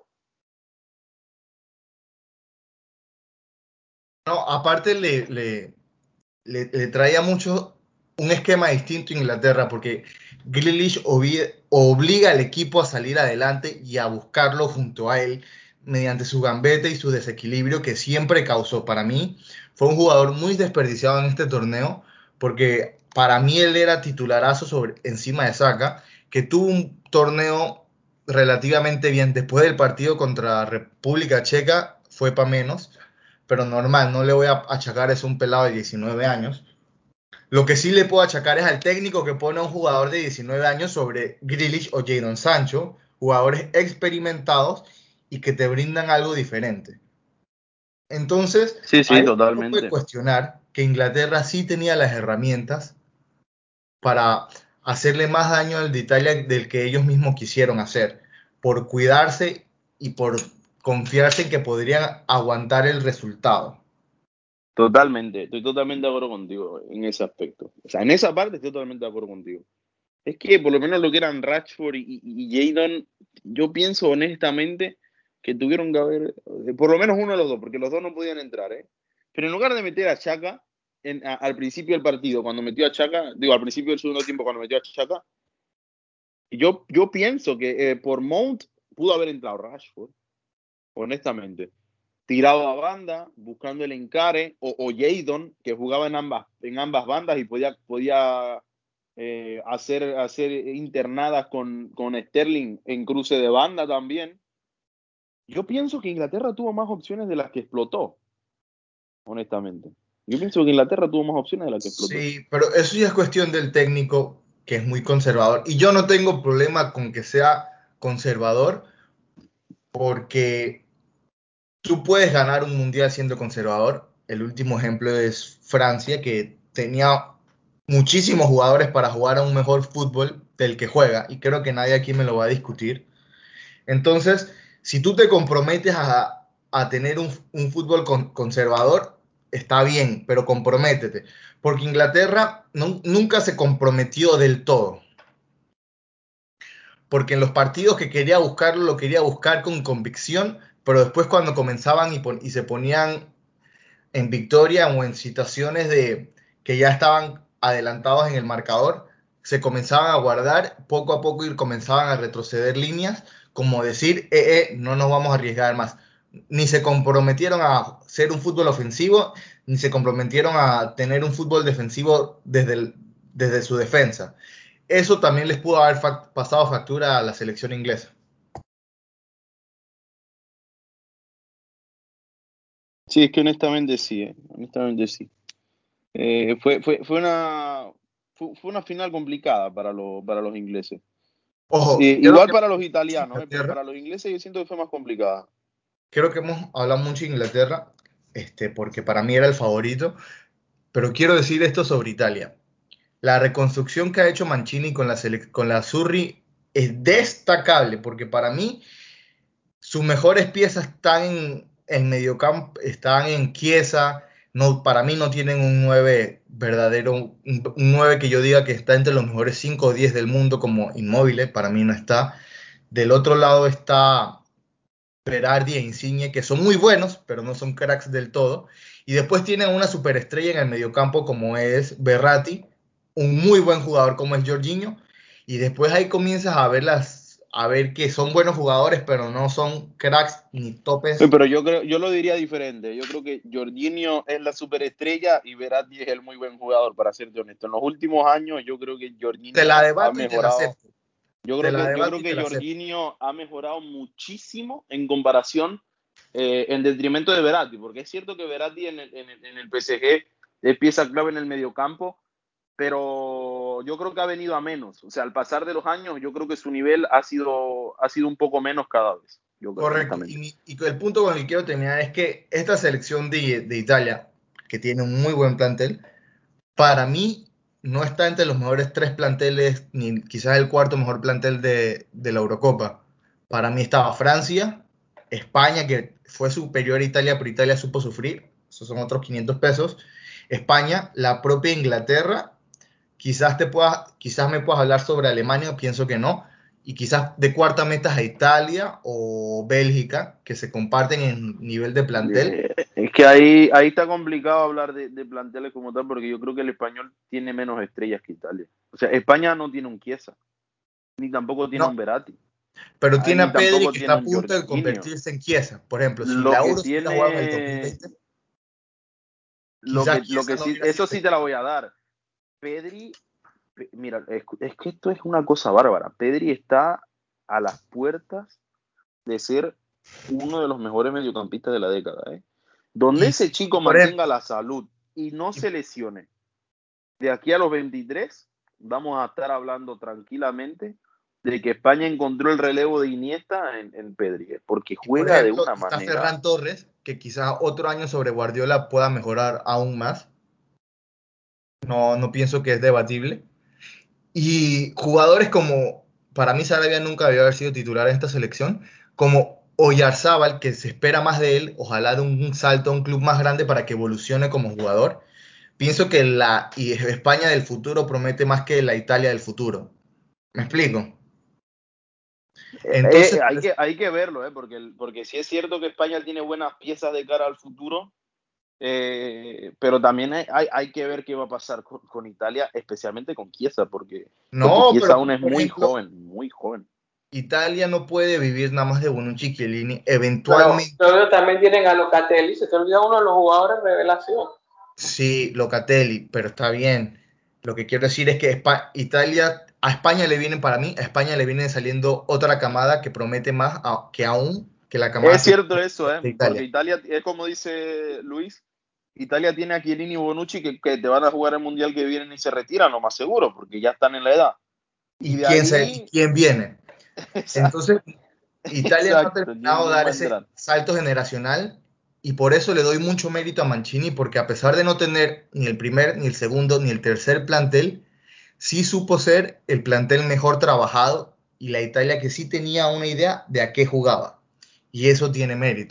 No, aparte le, le, le, le traía mucho, un esquema distinto a Inglaterra, porque Grealish obliga al equipo a salir adelante y a buscarlo junto a él mediante su gambete y su desequilibrio que siempre causó. Para mí fue un jugador muy desperdiciado en este torneo, porque para mí él era titularazo sobre, encima de Saka, que tuvo un torneo relativamente bien. Después del partido contra República Checa fue para menos, pero normal, no le voy a achacar, es un pelado de diecinueve años. Lo que sí le puedo achacar es al técnico que pone a un jugador de diecinueve años sobre Grealish o Jadon Sancho, jugadores experimentados y que te brindan algo diferente. Entonces, Sí, sí, ahí uno puede totalmente. cuestionar que Inglaterra sí tenía las herramientas para hacerle más daño al de Italia del que ellos mismos quisieron hacer, por cuidarse y por confiarse en que podrían aguantar el resultado. Totalmente, estoy totalmente de acuerdo contigo en ese aspecto. O sea, en esa parte estoy totalmente de acuerdo contigo. Es que por lo menos lo que eran Rashford y, y, y Jadon, yo pienso honestamente que tuvieron que haber, por lo menos uno de los dos, porque los dos no podían entrar, ¿eh? Pero en lugar de meter a Xhaka en, a, al principio del partido, cuando metió a Xhaka, digo, al principio del segundo tiempo, cuando metió a Xhaka, yo, yo pienso que eh, por Mount pudo haber entrado Rashford, honestamente. Tirado a banda, buscando el encare, o, o Jadon, que jugaba en ambas, en ambas bandas y podía, podía eh, hacer, hacer internadas con, con Sterling en cruce de banda también. Yo pienso que Inglaterra tuvo más opciones de las que explotó, honestamente. Yo pienso que Inglaterra tuvo más opciones de las que explotó. Sí, pero eso ya es cuestión del técnico, que es muy conservador. Y yo no tengo problema con que sea conservador, porque tú puedes ganar un mundial siendo conservador. El último ejemplo es Francia, que tenía muchísimos jugadores para jugar a un mejor fútbol del que juega, y creo que nadie aquí me lo va a discutir. Entonces, si tú te comprometes a, a tener un, un fútbol con, conservador, está bien, pero comprométete. Porque Inglaterra no, nunca se comprometió del todo. Porque en los partidos que quería buscarlo, lo quería buscar con convicción, pero después cuando comenzaban y, pon, y se ponían en victoria o en situaciones de que ya estaban adelantados en el marcador, se comenzaban a guardar, poco a poco y comenzaban a retroceder líneas, como decir, eh, eh, no nos vamos a arriesgar más. Ni se comprometieron a ser un fútbol ofensivo, ni se comprometieron a tener un fútbol defensivo desde, el, desde su defensa. Eso también les pudo haber fa pasado factura a la selección inglesa. Sí, es que honestamente sí, eh, honestamente sí. Eh, fue, fue, fue, una, fue, fue una final complicada para, lo, para los ingleses. Ojo, Eh, creo igual que para los italianos, eh, pero Inglaterra, para los ingleses yo siento que fue más complicada. creo que hemos hablado mucho de Inglaterra, este, porque para mí era el favorito, pero quiero decir esto sobre Italia. La reconstrucción que ha hecho Mancini con la, con la Azzurri es destacable, porque para mí sus mejores piezas están en el mediocampo, están en Chiesa. No, para mí no tienen un nueve verdadero, un, un nueve que yo diga que está entre los mejores cinco o diez del mundo como Immobile, para mí no está. Del otro lado está Berardi e Insigne, que son muy buenos, pero no son cracks del todo. Y después tienen una superestrella en el mediocampo como es Berratti, un muy buen jugador como es Jorginho. Y después ahí comienzas a ver, las, a ver que son buenos jugadores, pero no son cracks ni Eh, topes. Pero yo creo, yo lo diría diferente. Yo creo que Jorginho es la superestrella y Verratti es el muy buen jugador, para serte honesto. En los últimos años, yo creo que Te la Jorginho ha debato y te la mejorado. acepto. Yo Te creo la que, yo debato creo y te que la acepto. Jorginho ha mejorado muchísimo en comparación, eh, en detrimento de Verratti, porque es cierto que Verratti en el, en el, en el P S G es pieza clave en el mediocampo, pero yo creo que ha venido a menos. O sea, al pasar de los años, yo creo que su nivel ha sido, ha sido un poco menos cada vez. Yo creo, Correcto. honestamente. Y, y el punto con el que quiero terminar es que esta selección de, de Italia, que tiene un muy buen plantel, para mí no está entre los mejores tres planteles, ni quizás el cuarto mejor plantel de, de la Eurocopa. Para mí estaba Francia, España, que fue superior a Italia, pero Italia supo sufrir, esos son otros quinientos pesos. España, la propia Inglaterra, quizás, te puedas, quizás me puedas hablar sobre Alemania, pienso que no, y quizás de cuarta metas a Italia o Bélgica, que se comparten en nivel de plantel. Es que ahí, ahí está complicado hablar de, de planteles como tal, porque yo creo que el español tiene menos estrellas que Italia. O sea, España no tiene un Chiesa, ni tampoco tiene No, un Verratti, pero ah, tiene ni a Pedri tampoco que está tiene a un punto de Jorginho. convertirse en Chiesa. Por ejemplo, si Lo la que Euro se hubiera jugado en el tiene, dos mil veinte, lo quizás que, lo Chiesa que no sí, hubiera sido eso sí te la titular. voy a dar. Pedri, Pe- mira, es, es que esto es una cosa bárbara. Pedri está a las puertas de ser uno de los mejores mediocampistas de la década, ¿eh? Donde Y, ese y chico por ejemplo, mantenga la salud y no y- se lesione, de aquí a los veintitrés vamos a estar hablando tranquilamente de que España encontró el relevo de Iniesta en, en Pedri, ¿eh? Porque y por juega de ejemplo, una está manera. Ferran Torres, que quizás otro año sobre Guardiola pueda mejorar aún más. No, no pienso que es debatible. Y jugadores como, para mí Sarabia nunca debió haber sido titular en esta selección, como Oyarzábal, que se espera más de él, ojalá de un, un salto a un club más grande para que evolucione como jugador. Pienso que la y España del futuro promete más que la Italia del futuro. ¿Me explico? Eh, eh, Entonces, hay, pues, que, hay que verlo, ¿eh? Porque, porque sí es cierto que España tiene buenas piezas de cara al futuro. Eh, pero también hay, hay, hay, que ver qué va a pasar con, con Italia, especialmente con Chiesa, porque, porque no, Chiesa pero aún es por muy ejemplo, joven, muy joven. Italia no puede vivir nada más de Bonucci y Chiellini. Pero, Eventualmente, pero también tienen a Locatelli, se te olvida uno de los jugadores revelación. sí, Locatelli, pero está bien. Lo que quiero decir es que Espa- Italia, a España le vienen, para mí, a España le viene saliendo otra camada que promete más a- que aún que la camada Es que cierto eso, ¿eh? de Porque Italia. Italia, es como dice Luis, Italia tiene a Chiellini y Bonucci que, que te van a jugar el Mundial que vienen y se retiran, lo más seguro, porque ya están en la edad. Y ¿Y de quién, se, y ahí, quién viene? exacto, Entonces, Italia no ha exacto, ¿quién, terminado de quién dar va a ese entrar? salto generacional y por eso le doy mucho mérito a Mancini, porque a pesar de no tener ni el primer, ni el segundo, ni el tercer plantel, sí supo ser el plantel mejor trabajado y la Italia que sí tenía una idea de a qué jugaba. Y eso tiene mérito.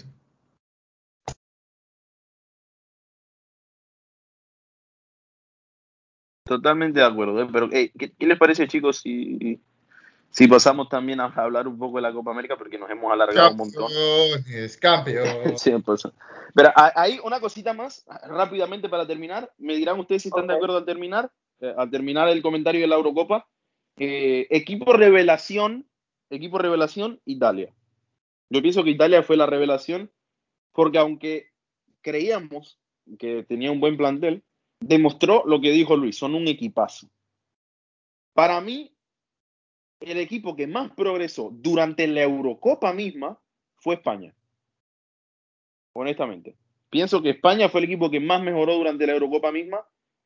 Totalmente de acuerdo, ¿eh? Pero hey, ¿qué, ¿qué les parece, chicos, si, si pasamos también a hablar un poco de la Copa América? Porque nos hemos alargado un montón. Campeones, campeón. Sí, pues. Pero hay una cosita más, rápidamente para terminar. Me dirán ustedes si están de Okay. acuerdo al terminar, eh, al terminar el comentario de la Eurocopa. Eh, equipo revelación, equipo revelación, Italia. Yo pienso que Italia fue la revelación porque aunque creíamos que tenía un buen plantel, demostró lo que dijo Luis, son un equipazo. Para mí, el equipo que más progresó durante la Eurocopa misma fue España. Honestamente. Pienso que España fue el equipo que más mejoró durante la Eurocopa misma.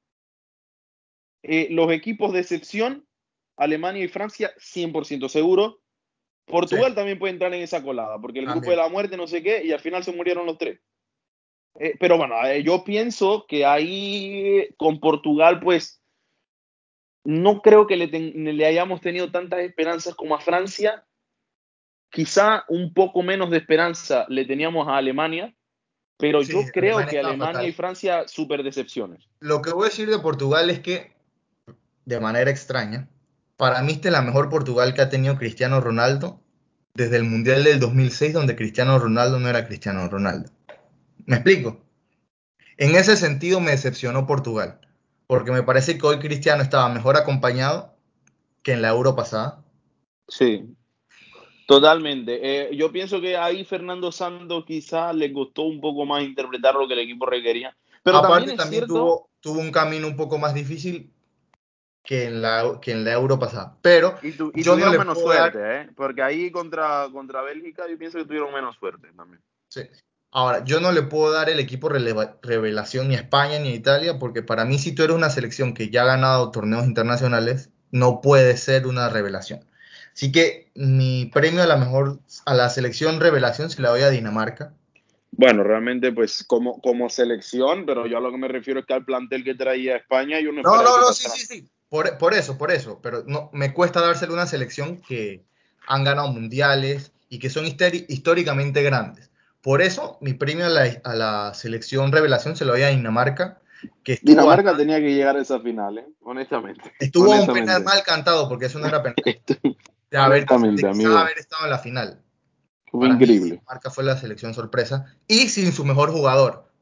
Eh, los equipos de excepción, Alemania y Francia, cien por ciento seguro. Sí, Portugal también puede entrar en esa colada, porque el grupo de también. la muerte, no sé qué, y al final se murieron los tres. Eh, pero bueno, eh, yo pienso que ahí con Portugal, pues, no creo que le, ten, le hayamos tenido tantas esperanzas como a Francia. Quizá un poco menos de esperanza le teníamos a Alemania, pero Sí, yo creo Alemania que estaba Alemania y fatal. Francia, súper decepciones. Lo que voy a decir de Portugal es que, de manera extraña, para mí esta es la mejor Portugal que ha tenido Cristiano Ronaldo desde el Mundial del dos mil seis, donde Cristiano Ronaldo no era Cristiano Ronaldo. ¿Me explico? En ese sentido me decepcionó Portugal, porque me parece que hoy Cristiano estaba mejor acompañado que en la Euro pasada. Sí, totalmente. Eh, yo pienso que ahí Fernando Santos quizá le costó un poco más interpretar lo que el equipo requería. Pero también Aparte es también cierto, tuvo, tuvo un camino un poco más difícil que en la, que en la Euro pasada. Pero y, tu, y yo no tuvieron le menos puedo dar. suerte, ¿eh? Porque ahí contra, contra Bélgica yo pienso que tuvieron menos suerte también. Sí. Ahora, yo no le puedo dar el equipo releva- revelación ni a España ni a Italia, porque para mí, si tú eres una selección que ya ha ganado torneos internacionales, no puede ser una revelación. Así que mi premio a la mejor, a la selección revelación se la doy a Dinamarca. Bueno, realmente pues como, como selección, pero yo a lo que me refiero es que al plantel que traía España yo no No, esperaba no, que no, sí, sí, pasaran. sí. Por, por eso, por eso. Pero no, me cuesta dárselo a una selección que han ganado mundiales y que son histori- históricamente grandes. Por eso, mi premio a la, a la selección revelación se lo doy a Dinamarca, que estuvo a, Dinamarca tenía que llegar a esa final, ¿eh? Honestamente, estuvo a un penal honestamente, mal cantado, porque eso no era penal, de, haber, de honestamente, quizás amigo, haber estado en la final. fue Para mí, increíble. Dinamarca fue la selección sorpresa y sin su mejor jugador,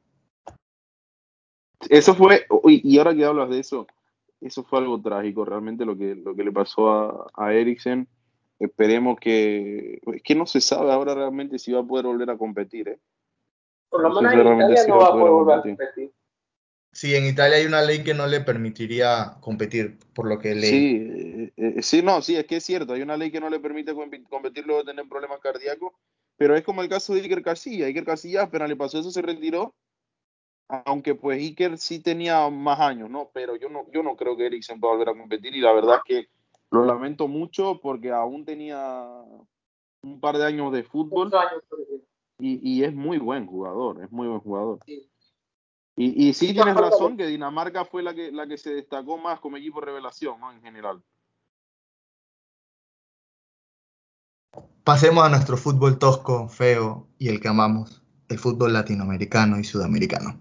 Eso fue, uy, y ahora que hablas de eso, eso fue algo trágico, realmente lo que, lo que le pasó a, a Eriksen. Esperemos que, es que no se sabe ahora realmente si va a poder volver a competir, ¿eh? Por lo No sé menos si en realmente Italia si no va a va a poder poder volver a competir. competir. Sí, en Italia hay una ley que no le permitiría competir, por lo que leí. Sí, eh, eh, sí, no, sí, es que es cierto, hay una ley que no le permite compi- competir luego de tener problemas cardíacos, pero es como el caso de Iker Casillas. Iker Casillas apenas le pasó eso, se retiró, aunque pues Iker sí tenía más años, ¿no? Pero yo no, yo no creo que Eriksen pueda volver a competir y la verdad es que lo lamento mucho porque aún tenía un par de años de Muchos fútbol años. Por ejemplo. y, y es muy buen jugador, es muy buen jugador. Sí. Y, y De sí esta tienes forma, razón que Dinamarca fue la que, la que se destacó más como equipo revelación, ¿no? En general. Pasemos a nuestro fútbol tosco, feo y el que amamos, el fútbol latinoamericano y sudamericano.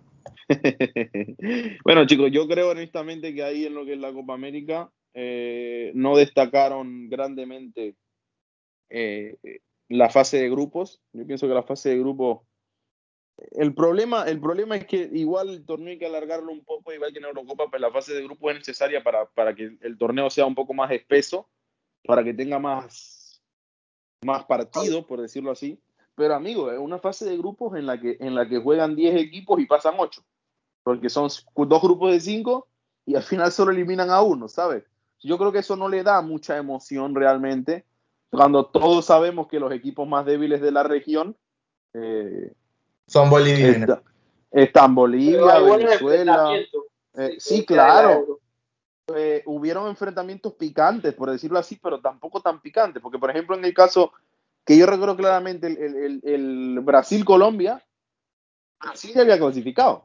Bueno, chicos, yo creo honestamente que ahí en lo que es la Copa América eh, no destacaron grandemente eh, la fase de grupos. Yo pienso que la fase de grupos, el problema, el problema es que igual el torneo hay que alargarlo un poco, igual que en Eurocopa, pero la fase de grupos es necesaria para, para que el torneo sea un poco más espeso, para que tenga más, más partidos, por decirlo así. Pero amigo, es una fase de grupos en la que, en la que juegan diez equipos y pasan ocho. Porque son dos grupos de cinco y al final solo eliminan a uno, ¿sabes? Yo creo que eso no le da mucha emoción realmente, cuando todos sabemos que los equipos más débiles de la región eh, Son Bolivia y Venezuela. está, están pero Bolivia, hay buenos Venezuela. enfrentamientos. Eh, Sí, sí, que, que hay la claro, Euro. eh, hubieron enfrentamientos picantes, por decirlo así, pero tampoco tan picantes, porque por ejemplo en el caso que yo recuerdo claramente el, el, el, el Brasil-Colombia, Brasil ya había clasificado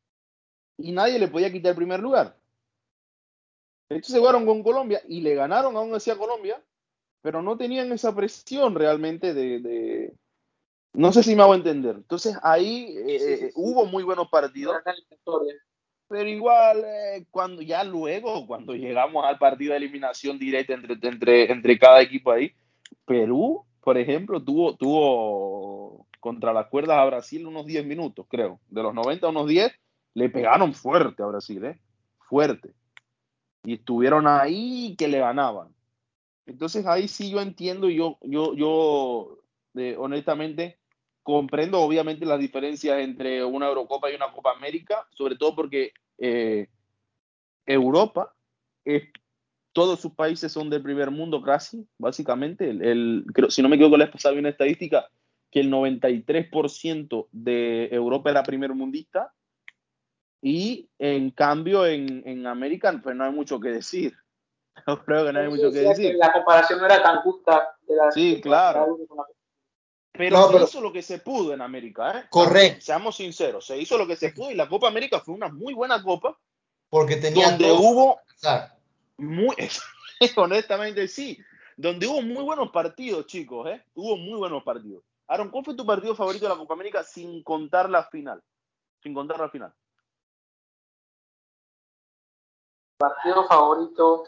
y nadie le podía quitar el primer lugar. Entonces jugaron con Colombia y le ganaron aún así a Colombia, pero no tenían esa presión realmente de, de... No sé si me hago entender. Entonces ahí Sí, sí, eh, sí, eh, sí. hubo muy buenos partidos, Gran eliminatoria. pero igual eh, cuando ya luego, cuando llegamos al partido de eliminación directa entre, entre, entre cada equipo ahí, Perú, por ejemplo, tuvo, tuvo contra las cuerdas a Brasil unos diez minutos, creo. De los noventa a unos diez, le pegaron fuerte a Brasil, ¿eh? Fuerte. Y estuvieron ahí que le ganaban. Entonces ahí sí yo entiendo, yo, yo, yo eh, honestamente comprendo obviamente las diferencias entre una Eurocopa y una Copa América, sobre todo porque eh, Europa, es, todos sus países son del primer mundo casi, básicamente. El, el, creo, si no me equivoco, les pasaba una estadística que el noventa y tres por ciento de Europa era primer mundista y en cambio en, en América pues no hay mucho que decir. Yo creo que no Por hay eso mucho que decía que decir. la comparación no era tan justa de la, Sí, de comparar claro. uno con la. Pero No, se pero hizo lo que se pudo en América, ¿eh? También, correcto, seamos sinceros, se hizo lo que se pudo y la Copa América fue una muy buena copa porque tenía donde todo para hubo alcanzar. muy, honestamente sí, donde hubo muy buenos partidos, chicos, ¿eh? Hubo muy buenos partidos. Aaron, ¿cuál fue tu partido favorito de la Copa América sin contar la final? Sin contar la final. Partido favorito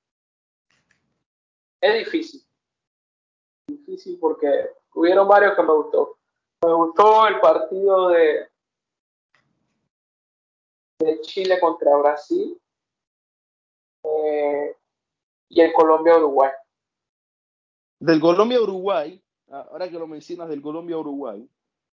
es difícil, difícil porque hubieron varios que me gustó. Me gustó el partido de, de Chile contra Brasil eh, y el Colombia-Uruguay. Del Colombia-Uruguay, ahora que lo mencionas del Colombia-Uruguay,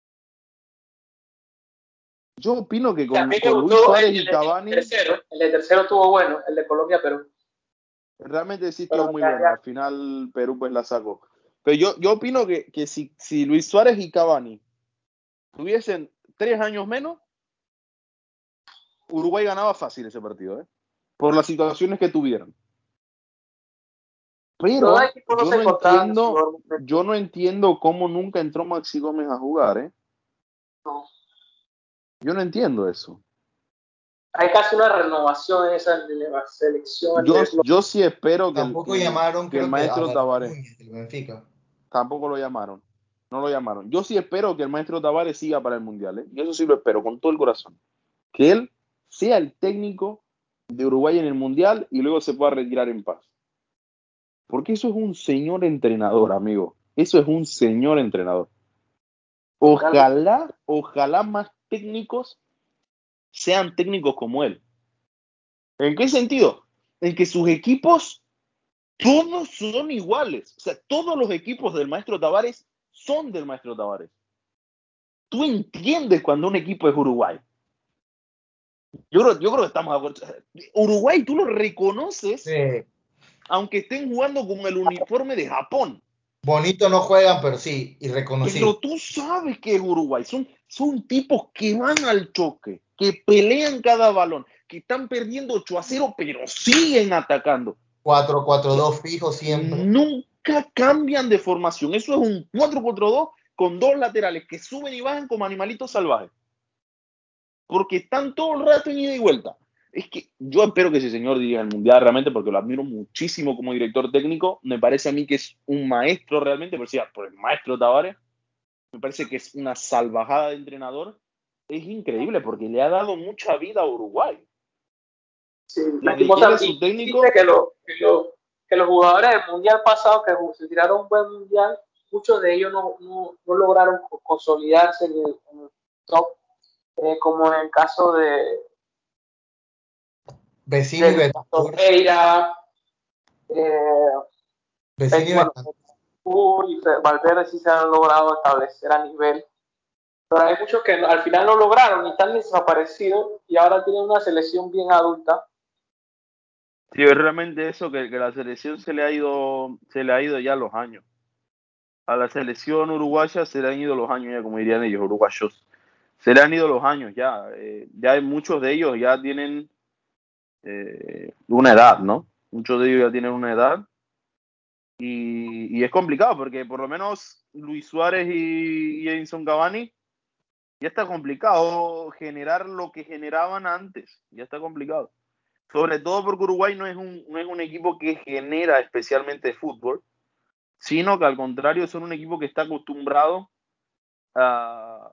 yo opino que Y a con, mí me con Luis gustó Suárez el, y el, el Cavani tercero, el de tercero estuvo bueno, el de Colombia-Perú. realmente sí estuvo Pero muy ya, bueno. ya, Al final Perú pues la sacó. Pero yo, yo opino que, que si, si Luis Suárez y Cavani tuviesen tres años menos, Uruguay ganaba fácil ese partido, ¿eh? Por las situaciones que tuvieron. los dos Pero equipos no yo se no encontraban en su entiendo, mejor yo momento. no entiendo cómo nunca entró Maxi Gómez a jugar, ¿eh? No. Yo no entiendo eso. Hay casi una renovación en esa en la selección Yo, de club. yo sí espero que el, Tampoco que el, llamaron, que el creo que a maestro Darwin Tavares Núñez del Benfica. tampoco lo llamaron. No lo llamaron. Yo sí espero que el maestro Tavares siga para el Mundial, ¿eh? Y eso sí lo espero con todo el corazón. Que él sea el técnico de Uruguay en el Mundial y luego se pueda retirar en paz. Porque eso es un señor entrenador, amigo. Eso es un señor entrenador. Ojalá, ojalá más técnicos sean técnicos como él. ¿En qué sentido? En que sus equipos todos son iguales. O sea, todos los equipos del maestro Tavares son del maestro Tavares. Tú entiendes cuando un equipo es Uruguay. Yo creo, yo creo que estamos de acuerdo. Uruguay, tú lo reconoces, Sí. aunque estén jugando con el uniforme de Japón. Bonito no juegan, pero sí, irreconocible. Pero tú sabes que es Uruguay. Son, son tipos que van al choque, que pelean cada balón, que están perdiendo ocho a cero, pero siguen atacando. cuatro cuatro dos fijo siempre. Nunca cambian de formación. Eso es un cuatro cuatro dos con dos laterales que suben y bajan como animalitos salvajes. Porque están todo el rato en ida y vuelta. Es que yo espero que ese señor dirija el Mundial realmente, porque lo admiro muchísimo como director técnico. Me parece a mí que es un maestro realmente, por, decir, por el maestro Tavares. Me parece que es una salvajada de entrenador. Es increíble porque le ha dado mucha vida a Uruguay. Sí, Desde que él es su técnico. Que, lo, que, lo, que los jugadores del Mundial pasado, que se tiraron un buen Mundial, muchos de ellos no, no, no lograron consolidarse en el, en el top, eh, como en el caso de Vecino y Betancourt. Torreira, eh, Vecino y bueno, Betancourt. y Valverde sí se han logrado establecer a nivel, pero hay muchos que al final no lograron y están desaparecidos y ahora tienen una selección bien adulta. Sí, es realmente eso, que, que la selección se le ha ido, se le ha ido ya los años. A la selección uruguaya se le han ido los años ya, como dirían ellos, uruguayos. Se le han ido los años ya. Eh, ya hay muchos de ellos ya tienen eh, una edad, ¿no? Muchos de ellos ya tienen una edad. Y, y es complicado porque por lo menos Luis Suárez y, y Edinson Cavani ya está complicado generar lo que generaban antes. Ya está complicado. Sobre todo porque Uruguay no es un, no es un equipo que genera especialmente fútbol, sino que al contrario son un equipo que está acostumbrado a,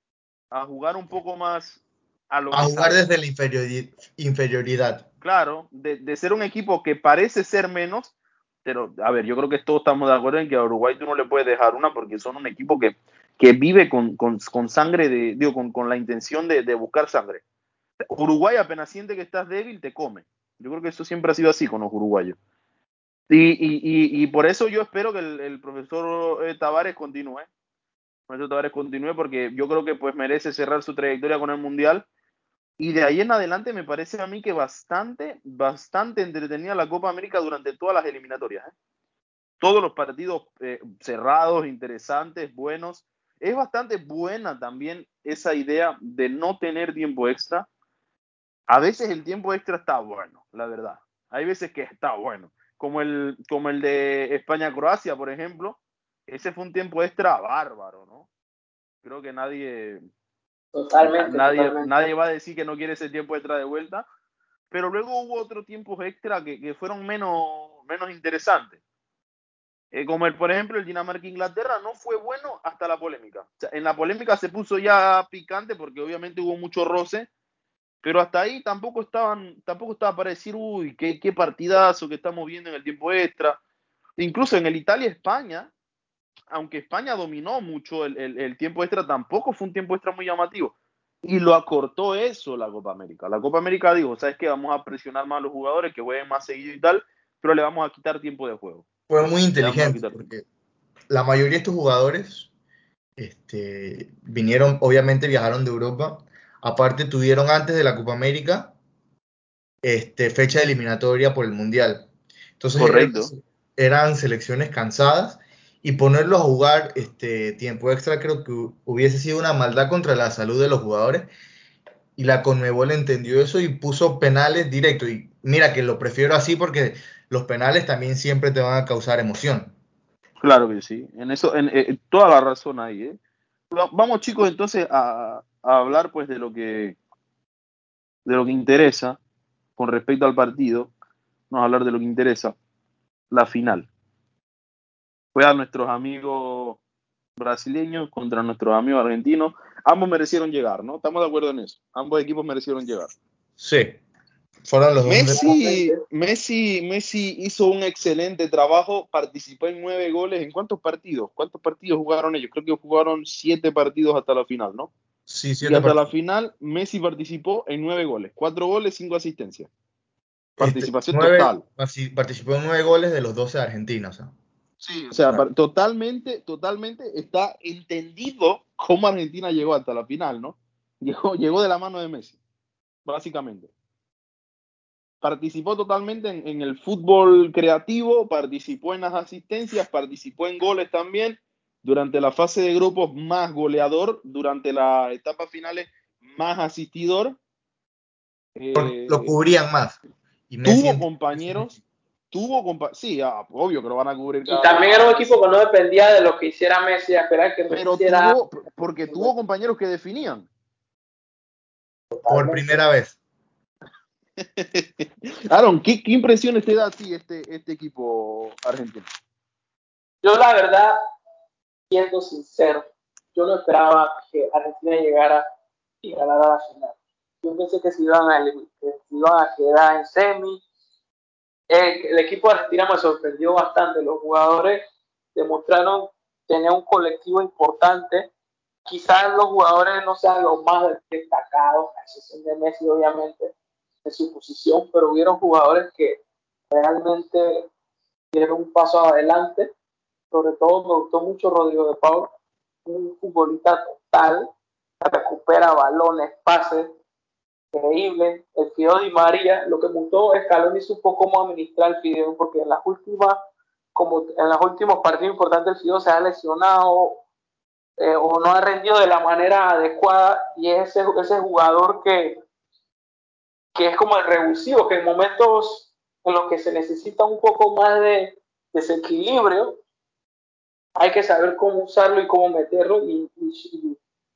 a jugar un poco más a lo A que jugar sabe. desde la inferiori- inferioridad. Claro, de, de ser un equipo que parece ser menos, pero a ver, yo creo que todos estamos de acuerdo en que a Uruguay tú no le puedes dejar una porque son un equipo que, que vive con, con, con sangre, de, digo, con, con la intención de, de buscar sangre. Uruguay apenas siente que estás débil, te come. Yo creo que eso siempre ha sido así con los uruguayos. Y, y, y, y por eso yo espero que el, el profesor eh, Tavares continúe. El profesor Tavares continúe porque yo creo que pues merece cerrar su trayectoria con el Mundial. Y de ahí en adelante me parece a mí que bastante, bastante entretenida la Copa América durante todas las eliminatorias. ¿eh? Todos los partidos eh, cerrados, interesantes, buenos. Es bastante buena también esa idea de no tener tiempo extra. A veces el tiempo extra está bueno, la verdad. Hay veces que está bueno. Como el, como el de España-Croacia, por ejemplo. Ese fue un tiempo extra bárbaro, ¿no? Creo que nadie, Totalmente, nadie, totalmente. nadie va a decir que no quiere ese tiempo extra de vuelta. Pero luego hubo otros tiempos extra que, que fueron menos, menos interesantes. Eh, como el, por ejemplo, el Dinamarca-Inglaterra no fue bueno hasta la polémica. O sea, en la polémica se puso ya picante porque obviamente hubo mucho roce. Pero hasta ahí tampoco estaban, tampoco estaba para decir, uy, qué, qué partidazo que estamos viendo en el tiempo extra. Incluso en el Italia-España, aunque España dominó mucho el, el, el tiempo extra, tampoco fue un tiempo extra muy llamativo. Y lo acortó eso la Copa América. La Copa América dijo, ¿sabes qué? Vamos a presionar más a los jugadores, que jueguen más seguido y tal, pero le vamos a quitar tiempo de juego. Fue muy Le vamos a inteligente quitar porque tiempo. la mayoría de estos jugadores este, vinieron, obviamente viajaron de Europa. Aparte tuvieron antes de la Copa América este, fecha de eliminatoria por el Mundial. Entonces eran, Correcto. eran selecciones cansadas y ponerlos a jugar este, tiempo extra creo que hubiese sido una maldad contra la salud de los jugadores y la Conmebol entendió eso y puso penales directos. Y mira que lo prefiero así porque los penales también siempre te van a causar emoción. Claro que sí. En eso, en, en toda la razón ahí, ¿eh? Vamos, chicos, entonces a, a hablar pues de lo que de lo que interesa con respecto al partido. Vamos a hablar de lo que interesa, la final. Fue a nuestros amigos brasileños contra nuestros amigos argentinos. Ambos merecieron llegar, ¿no? Estamos de acuerdo en eso. Ambos equipos merecieron llegar. Sí, fueron los dos. Messi, Messi, Messi hizo un excelente trabajo, participó en nueve goles. ¿En cuántos partidos? ¿Cuántos partidos jugaron ellos? Creo que jugaron siete partidos hasta la final, ¿no? Sí, Y siete hasta la partidos. final, Messi participó en nueve goles. Cuatro goles, cinco asistencias. Este, Participación nueve, total. parci- participó en nueve goles de los doce de Argentina. O sea, Sí, o sea, nueve. par- totalmente, totalmente está entendido cómo Argentina llegó hasta la final, ¿no? Llegó, llegó de la mano de Messi, básicamente. Participó totalmente en, en el fútbol creativo, participó en las asistencias, participó en goles también. Durante la fase de grupos, más goleador. Durante las etapas finales, más asistidor. Lo Eh, cubrían más. Y Messi tuvo entiende eso. compañeros, tuvo compa sí, ah, obvio que lo van a cubrir Y cada vez también más era a un equipo Messi, que no dependía de lo que hiciera Messi, a esperar que Messi pero hiciera tuvo, porque tuvo compañeros que definían. Por totalmente. primera vez. Aaron, ¿qué, ¿qué impresiones te da a ti este, este equipo argentino? Yo la verdad, siendo sincero, yo no esperaba que Argentina llegara y ganara la final. Yo pensé que se iban a, que se iban a quedar en semi. El, el equipo de Argentina me sorprendió bastante. Los jugadores demostraron tener un colectivo importante. Quizás los jugadores no sean los más destacados, a excepción de Messi, obviamente, de su posición, pero hubieron jugadores que realmente dieron un paso adelante. Sobre todo me gustó mucho Rodrigo de Paul, un futbolista total, recupera balones, pases, increíble. El Fideo Di María, lo que me gustó es que Scaloni supo cómo administrar el Fideo, porque en las últimas, como en los últimos partidos importantes el Fideo se ha lesionado eh, o no ha rendido de la manera adecuada, y es ese, ese jugador que, que es como el revulsivo, que en momentos en los que se necesita un poco más de desequilibrio, hay que saber cómo usarlo y cómo meterlo, y, y,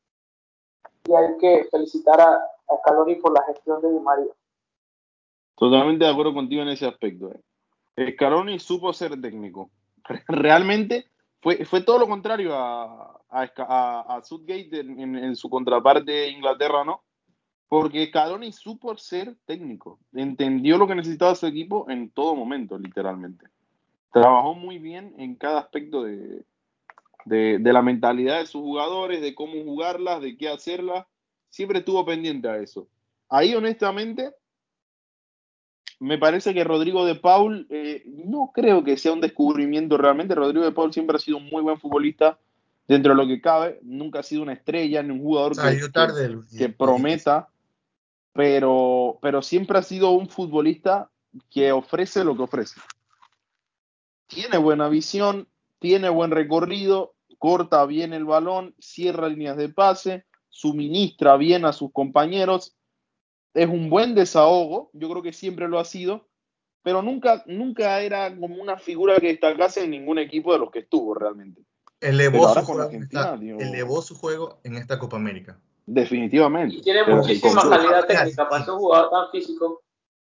y hay que felicitar a, a Scaloni por la gestión de Di María. Totalmente de acuerdo contigo en ese aspecto. Eh. Scaloni supo ser técnico. Realmente fue, fue todo lo contrario a, a, a, a Southgate en, en, en su contraparte de Inglaterra, ¿no? Porque Scaloni supo ser técnico. Entendió lo que necesitaba su equipo en todo momento, literalmente. Trabajó muy bien en cada aspecto de, de, de la mentalidad de sus jugadores, de cómo jugarlas, de qué hacerlas. Siempre estuvo pendiente a eso. Ahí, honestamente, me parece que Rodrigo de Paul, eh, no creo que sea un descubrimiento realmente. Rodrigo de Paul siempre ha sido un muy buen futbolista dentro de lo que cabe. Nunca ha sido una estrella ni un jugador que, Salió que, tarde del que Udinese. prometa, pero, pero siempre ha sido un futbolista que ofrece lo que ofrece. Tiene buena visión, tiene buen recorrido, corta bien el balón, cierra líneas de pase, suministra bien a sus compañeros. Es un buen desahogo, yo creo que siempre lo ha sido, pero nunca, nunca era como una figura que destacase en ningún equipo de los que estuvo realmente. Elevó Pero su ahora con juego en esta, Argentina, digo, elevó su juego en esta Copa América. Y definitivamente. tiene Pero Con que con, muchísima muchos calidad jugadores técnica para ser un argentinos. jugador tan físico.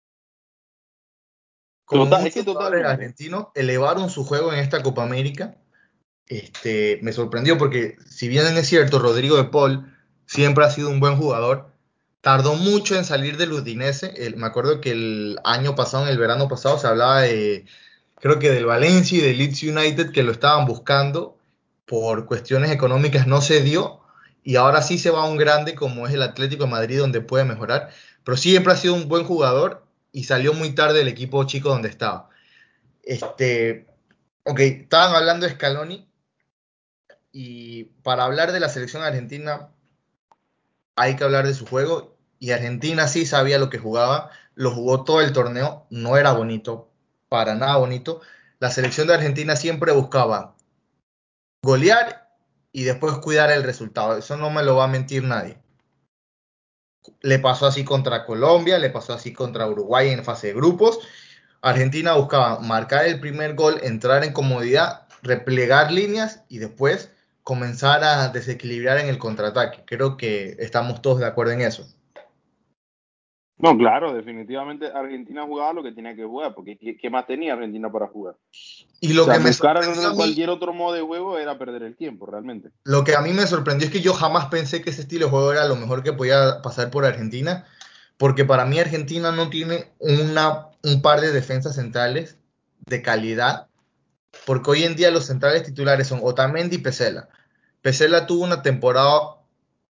Con total, es que muchos jugadores totalmente. argentinos elevaron su juego en esta Copa América. Este, me sorprendió porque, si bien es cierto, Rodrigo de Paul siempre ha sido un buen jugador, tardó mucho en salir del Udinese. El- me acuerdo que el año pasado, en el verano pasado, se hablaba de, creo que del Valencia y del Leeds United, que lo estaban buscando por cuestiones económicas, no se dio, y ahora sí se va a un grande como es el Atlético de Madrid, donde puede mejorar, pero siempre ha sido un buen jugador y salió muy tarde del equipo chico donde estaba. Este, ok, estaban hablando de Scaloni, y para hablar de la selección argentina hay que hablar de su juego, y Argentina sí sabía lo que jugaba, lo jugó todo el torneo, no era bonito, para nada bonito. La selección de Argentina siempre buscaba golear y después cuidar el resultado, eso no me lo va a mentir nadie. Le pasó así contra Colombia, le pasó así contra Uruguay en fase de grupos. Argentina buscaba marcar el primer gol, entrar en comodidad, replegar líneas y después comenzar a desequilibrar en el contraataque. Creo que estamos todos de acuerdo en eso. No, claro, definitivamente Argentina jugaba lo que tenía que jugar, porque ¿qué, qué más tenía Argentina para jugar? Y O lo sea, que me buscar sorprendió a mí, cualquier otro modo de juego era perder el tiempo, realmente. lo que a mí me sorprendió es que yo jamás pensé que ese estilo de juego era lo mejor que podía pasar por Argentina, porque para mí Argentina no tiene una, un par de defensas centrales de calidad, porque hoy en día los centrales titulares son Otamendi y Pesela. Pesela tuvo una temporada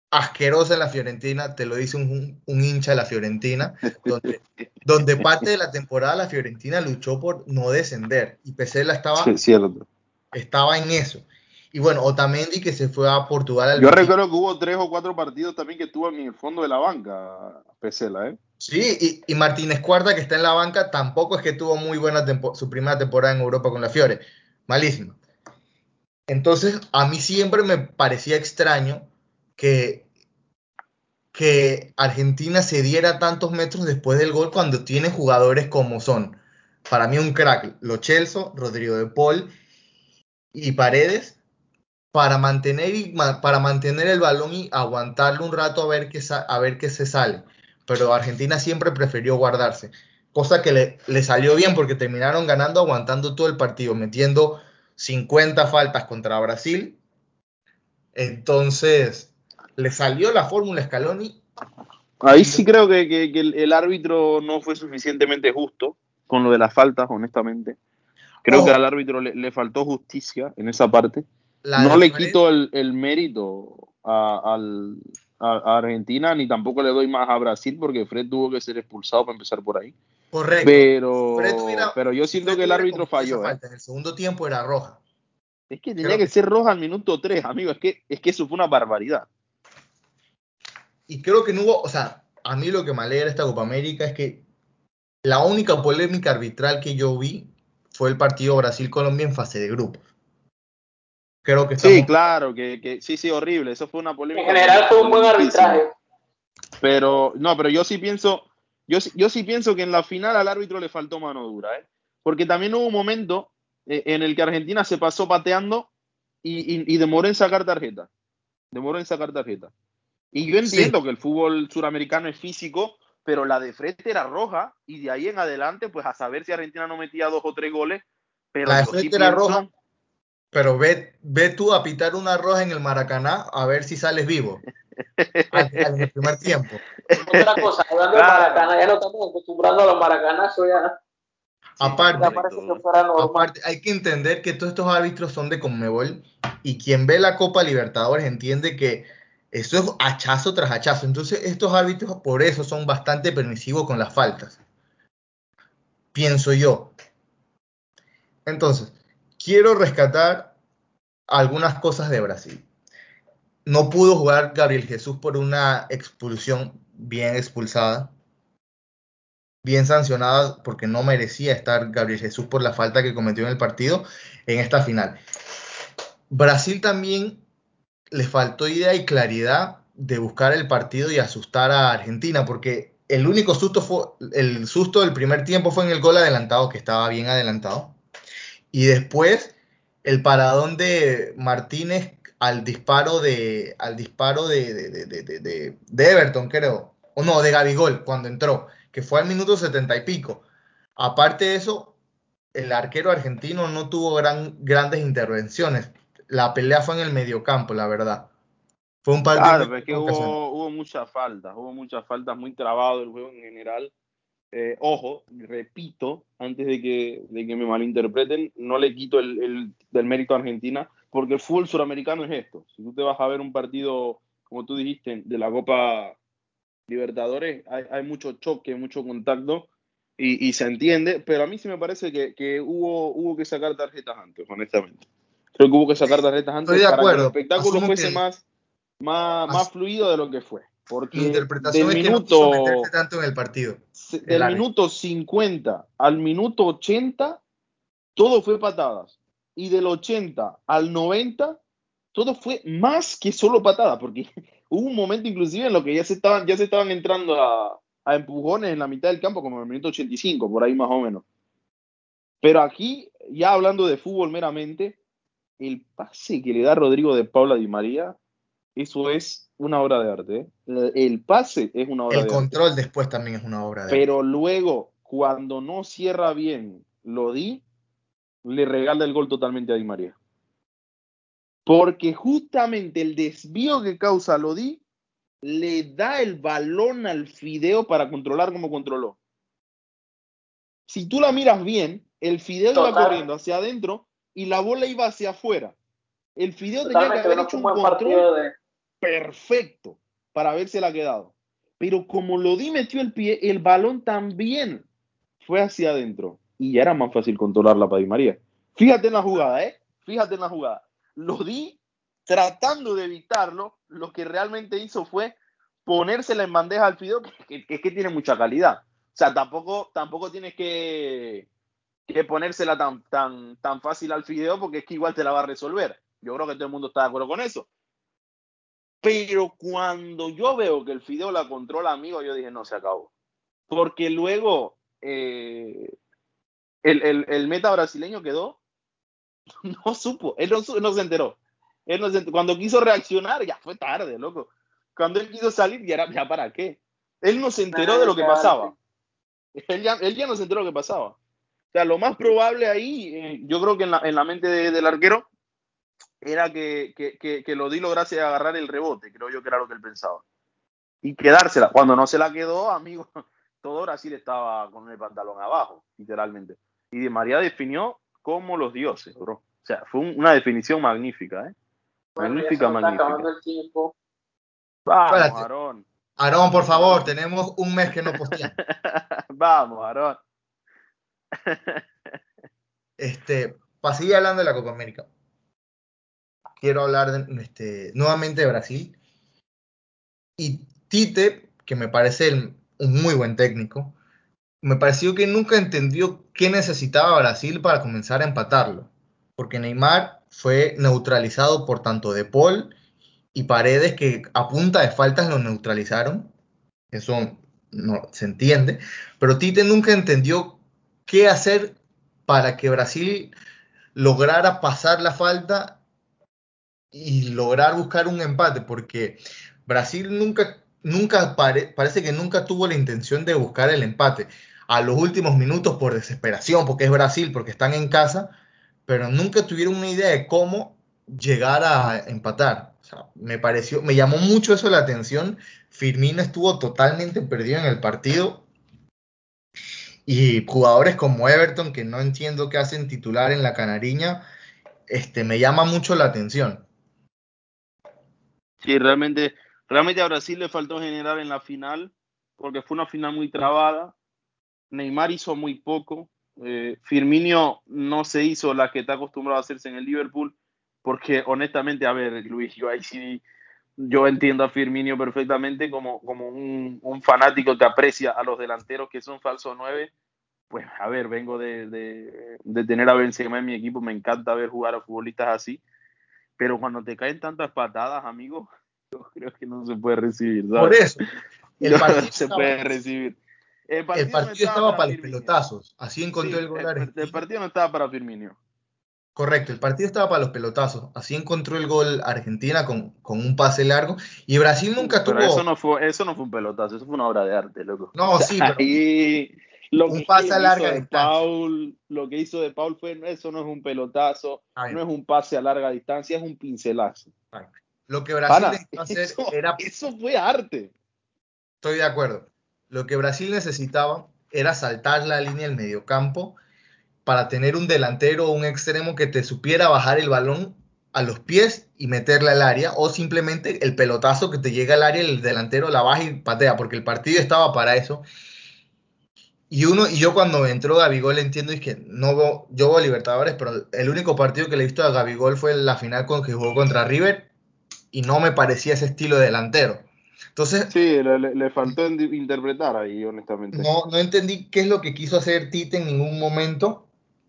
asquerosa en la Fiorentina, te lo dice un, un hincha de la Fiorentina, donde, donde parte de la temporada la Fiorentina luchó por no descender y Pesela Sí, estaba, es cierto. estaba en eso. Y bueno, Otamendi que se fue a Portugal al Yo veintiuno. recuerdo que hubo tres o cuatro partidos también que estuvo en el fondo de la banca, Pesela, ¿eh? Sí, y, y Martínez Cuarta que está en la banca tampoco es que tuvo muy buena tempo, su primera temporada en Europa con la Fiore, malísima. Entonces, a mí siempre me parecía extraño que que Argentina se diera tantos metros después del gol cuando tiene jugadores como son, para mí un crack, Lo Celso, Rodrigo de Paul y Paredes, para mantener, y, para mantener el balón y aguantarlo un rato a ver qué, a ver qué se sale. Pero Argentina siempre prefirió guardarse, cosa que le, le salió bien porque terminaron ganando aguantando todo el partido, metiendo cincuenta faltas contra Brasil. Entonces, le salió la fórmula Scaloni. Ahí sí creo que, que, que el, el árbitro no fue suficientemente justo con lo de las faltas, honestamente. Creo que Ojo, al árbitro le, le faltó justicia en esa parte. la No de le Fred, quito el, el mérito a, al, a, a Argentina, ni tampoco le doy más a Brasil, porque Fred tuvo que ser expulsado para empezar por ahí. correcto. Si Fred Pero, hubiera, pero yo si siento Fred que el hubiera árbitro cometido esa falló, ¿eh? falta en el segundo tiempo era roja. Es que tenía Creo que que, ser roja al minuto tres, amigo. Es que, es que eso fue una barbaridad. y creo que no hubo, o sea, a mí lo que me alegra esta Copa América es que la única polémica arbitral que yo vi fue el partido Brasil-Colombia en fase de grupos. Creo que Sí, estamos... claro, que, que sí, sí, horrible. Eso fue una En polémica general fue un buen polemicísima. arbitraje. Pero, no, pero yo sí pienso, yo, sí- yo sí pienso que en la final al árbitro le faltó mano dura, ¿eh? Porque también hubo un momento eh, en el que Argentina se pasó pateando y, y, y demoró en sacar tarjeta. Demoró en sacar tarjeta. Y yo Sí, entiendo que el fútbol suramericano es físico, pero la de frente era roja y de ahí en adelante, pues a saber si Argentina no metía dos o tres goles, pero la de yo sí frente era roja, pienso, pero ve, ve tú a pitar una roja en el Maracaná a ver si sales vivo al, al- en el primer tiempo. Otra cosa, hablando de claro, Maracaná, ya no estamos acostumbrando a los Maracanazos, ya, sí, sí, ya Aparte, parece que correcto. fuera normal. Aparte, hay que entender que todos estos árbitros son de Conmebol y quien ve la Copa Libertadores entiende que esto es hachazo tras hachazo. Entonces, estos árbitros por eso son bastante permisivos con las faltas, pienso yo. Entonces, quiero rescatar algunas cosas de Brasil. No pudo jugar Gabriel Jesús por una expulsión bien expulsada, bien sancionada, porque no merecía estar Gabriel Jesús por la falta que cometió en el partido en esta final. Brasil también le faltó idea y claridad de buscar el partido y asustar a Argentina, porque el único susto fue, el susto del primer tiempo fue en el gol adelantado, que estaba bien adelantado, y después el paradón de Martínez al disparo de, al disparo de, de, de, de, de, de Everton, creo, o no, de Gabigol, cuando entró, que fue al minuto setenta y pico. Aparte de eso, el arquero argentino no tuvo gran, grandes intervenciones. La pelea fue en el mediocampo, la verdad. Fue un partido Claro, muy pero es que ocasional. hubo, hubo muchas faltas, hubo muchas faltas, muy trabado el juego en general. Eh, ojo, repito, antes de que, de que me malinterpreten, no le quito el, el del mérito a Argentina, porque el fútbol suramericano es esto. Si tú te vas a ver un partido, como tú dijiste, de la Copa Libertadores, hay, hay mucho choque, mucho contacto, y, y se entiende, pero a mí sí me parece que, que hubo, hubo que sacar tarjetas antes, honestamente. Creo que hubo que sacar tarjetas Estoy antes de para que el acuerdo. espectáculo Asumo que fuese el- más, más, más as- fluido de lo que fue. mi Porque interpretación del es que no quiso meterse minuto tanto en el partido. El del árbitro. minuto cincuenta al minuto ochenta, todo fue patadas. Y del ochenta al noventa, todo fue más que solo patadas, porque hubo un momento inclusive en lo que ya se estaban, ya se estaban entrando a, a empujones en la mitad del campo, como en el minuto ochenta y cinco, por ahí más o menos. Pero aquí, ya hablando de fútbol meramente, el pase que le da Rodrigo de Paula Di María, eso es una obra de arte. ¿eh? El pase es una obra El de arte. control después también es una obra de arte. Pero luego, cuando no cierra bien Lodi, le regala el gol totalmente a Di María. Porque justamente el desvío que causa Lodi le da el balón al Fideo para controlar como controló. Si tú la miras bien, el Fideo iba Total, corriendo hacia adentro y la bola iba hacia afuera. El Fideo tenía que totalmente, haber no hecho fue un un buen control partido de, perfecto para habérsela quedado. Pero como Lodi metió el pie, el balón también fue hacia adentro. Y ya era más fácil controlarla para Di María. Fíjate en la jugada, ¿eh? Fíjate en la jugada. Lodi, tratando de evitarlo, lo que realmente hizo fue ponérsela en bandeja al Fideo, que, que es que tiene mucha calidad. O sea, tampoco, tampoco tienes que, que ponérsela tan, tan, tan fácil al Fideo, porque es que igual te la va a resolver. Yo creo que todo el mundo está de acuerdo con eso. Pero cuando yo veo que el Fideo la controla, amigo, yo dije, no, se acabó. Porque luego eh, el, el, el meta brasileño quedó, no supo, él no, no se enteró. Él no se enteró. Cuando quiso reaccionar, ya fue tarde, loco. Cuando él quiso salir, ya era, ya para qué. Él no se enteró de lo que pasaba. Él ya, él ya no se enteró de lo que pasaba. O sea, lo más probable ahí, eh, yo creo que en la, en la mente de, del arquero, era que, que, que, que Lodi lograse agarrar el rebote, creo yo que era lo que él pensaba. Y quedársela. Cuando no se la quedó, amigo, todo Brasil estaba con el pantalón abajo, literalmente. Y Di María definió como los dioses, bro. O sea, fue un, una definición magnífica, ¿eh? Bueno, ya se Magnífica, nos está magnífica. acabando el tiempo. Vamos, Espérate. Aarón. Aarón, por favor, tenemos un mes que no posteamos. Vamos, Aarón. Este, para seguir hablando de la Copa América, quiero hablar de, este, nuevamente de Brasil. Y Tite, que me parece el- un muy buen técnico, me pareció que nunca entendió qué necesitaba Brasil para comenzar a empatarlo. Porque Neymar fue neutralizado por tanto De Paul y Paredes, que a punta de faltas lo neutralizaron. Eso no se entiende. Pero Tite nunca entendió qué hacer para que Brasil lograra pasar la falta y lograr buscar un empate, porque Brasil nunca, nunca pare, parece que nunca tuvo la intención de buscar el empate. A los últimos minutos por desesperación, porque es Brasil, porque están en casa, pero nunca tuvieron una idea de cómo llegar a empatar. O sea, me pareció, me llamó mucho eso la atención. Firmino estuvo totalmente perdido en el partido y jugadores como Everton, que no entiendo qué hacen titular en la Canariña, este, me llama mucho la atención. Sí, realmente, realmente a Brasil le faltó generar en la final, porque fue una final muy trabada. Neymar hizo muy poco. Eh, Firmino no se hizo la que está acostumbrado a hacerse en el Liverpool, porque honestamente, a ver, Luis, yo ahí sí, yo entiendo a Firmino perfectamente como, como un, un fanático que aprecia a los delanteros que son falso nueve. Pues a ver, vengo de, de, de tener a Benzema en mi equipo, me encanta ver jugar a futbolistas así, pero cuando te caen tantas patadas, amigo, yo creo que no se puede recibir, Por ¿sabes? eso, el No partido se estaba, puede recibir. El el partido no partido estaba estaba para para los Firmino. pelotazos. Así encontró Sí, el gol el, el Argentina. partido no estaba para Firmino. Correcto, el partido estaba para los pelotazos. Así encontró el gol Argentina con, con un pase largo. Y Brasil nunca Pero eso tuvo. no fue, eso no fue un pelotazo, eso fue una obra de arte, loco. O No, sea, sí, pero ahí lo un que pase a hizo larga de distancia. Paul, lo que hizo de Paul fue, eso no es un pelotazo, A no ver, es un pase a larga distancia, es un pincelazo. a ver. Lo que Brasil Pana, necesitaba hacer eso, era. eso fue arte. Estoy de acuerdo. Lo que Brasil necesitaba era saltar la línea del mediocampo para tener un delantero o un extremo que te supiera bajar el balón a los pies y meterle al área, o simplemente el pelotazo que te llega al área y el delantero la baja y patea, porque el partido estaba para eso. Y uno, y yo cuando entró Gabigol entiendo es que no veo, yo veo Libertadores, pero el único partido que le he visto a Gabigol fue la final con que jugó contra River y no me parecía ese estilo de delantero. Entonces, Sí, le, le, le faltó interpretar ahí, honestamente. no, no entendí qué es lo que quiso hacer Tite en ningún momento,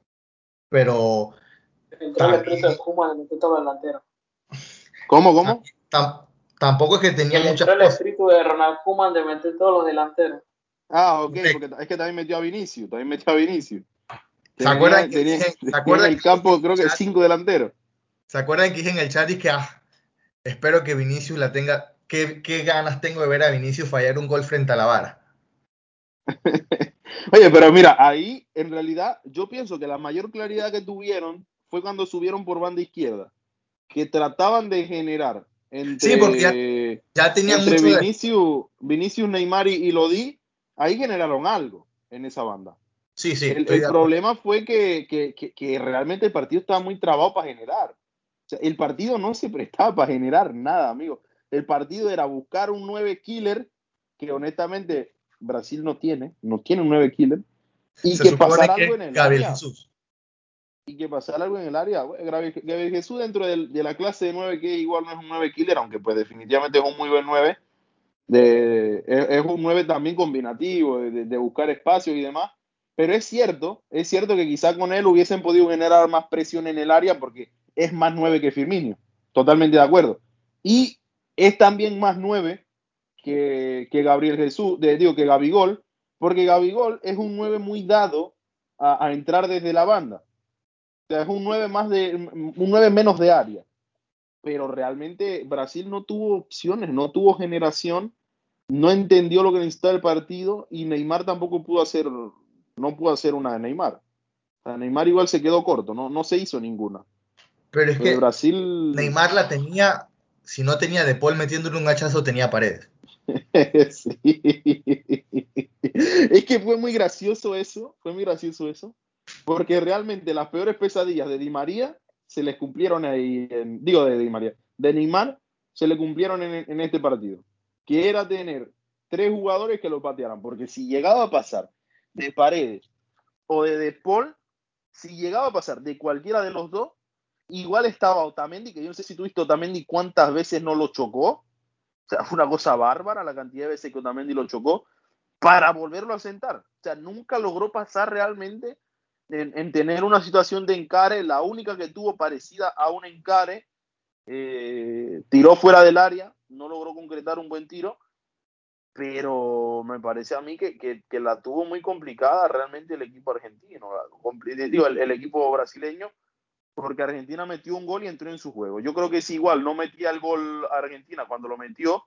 pero Entró el espíritu de también, Kuma en el todo delantero. ¿Cómo, cómo? también tam- tampoco es que Que tenía le muchas entró el cosas. espíritu de Ronald Koeman de meter todos los delanteros. Ah, ok, porque Correcto. es que también metió a Vinicius, también metió a Vinicius. ¿Se acuerdan Tenía, que tenía, dije, ¿se tenía en acuerdan el que dije en campo, el creo que chat? cinco delanteros. ¿Se acuerdan que dije en el chat y que ah, espero que Vinicius la tenga, qué, qué ganas tengo de ver a Vinicius fallar un gol frente a la vara? Oye, pero mira, ahí en realidad yo pienso que la mayor claridad que tuvieron fue cuando subieron por banda izquierda, que trataban de generar Sí, porque ya, entre, ya tenían entre mucho de... Vinicius, Vinicius, Neymar y, y Lodi, ahí generaron algo en esa banda. Sí, sí, El, estoy el de acuerdo. problema fue que, que, que, que realmente el partido estaba muy trabado para generar. O sea, el partido no se prestaba para generar nada, amigo. el partido era buscar un nueve killer, que honestamente Brasil no tiene, no tiene un nueve killer, y Se que supone pasara que algo en el Gabriel área. Jesús. Y que pasara algo en el área. Bueno, Gabriel, Gabriel Jesús dentro de, de la clase de nueve que igual no es un nueve killer, aunque pues definitivamente es un muy buen nueve. De, es, es un nueve también combinativo, de, de buscar espacios y demás. Pero es cierto, es cierto que quizá con él hubiesen podido generar más presión en el área porque es más nueve que Firmino. Totalmente de acuerdo. Y es también más nueve que, que Gabriel Jesús, de, digo, que Gabigol, porque Gabigol es un nueve muy dado a, a entrar desde la banda. O sea, es un nueve más de un nueve menos de área. Pero realmente Brasil no tuvo opciones, no tuvo generación, no entendió lo que necesitaba el partido y Neymar tampoco pudo hacer, no pudo hacer una de Neymar. O sea, Neymar igual se quedó corto, no, no se hizo ninguna. Pero es Lo de que Brasil, Neymar la tenía, si no tenía De Paul metiéndole un hachazo, tenía Paredes. sí. Es que fue muy gracioso eso, fue muy gracioso eso, porque realmente las peores pesadillas de Di María se les cumplieron ahí, en, digo de Di María, de Neymar se le cumplieron en, en este partido, que era tener tres jugadores que lo patearan, porque si llegaba a pasar de Paredes o de De Paul, si llegaba a pasar de cualquiera de los dos, igual estaba Otamendi, que yo no sé si tuviste Otamendi cuántas veces no lo chocó. O sea, fue una cosa bárbara la cantidad de veces que Otamendi lo chocó para volverlo a sentar. O sea, nunca logró pasar realmente en, en tener una situación de encare. La única que tuvo parecida a un encare, eh, tiró fuera del área, no logró concretar un buen tiro, pero me parece a mí que, que, que la tuvo muy complicada realmente el equipo argentino, digo, el, el equipo brasileño, porque Argentina metió un gol y entró en su juego. Yo creo que si igual no metía el gol a Argentina cuando lo metió,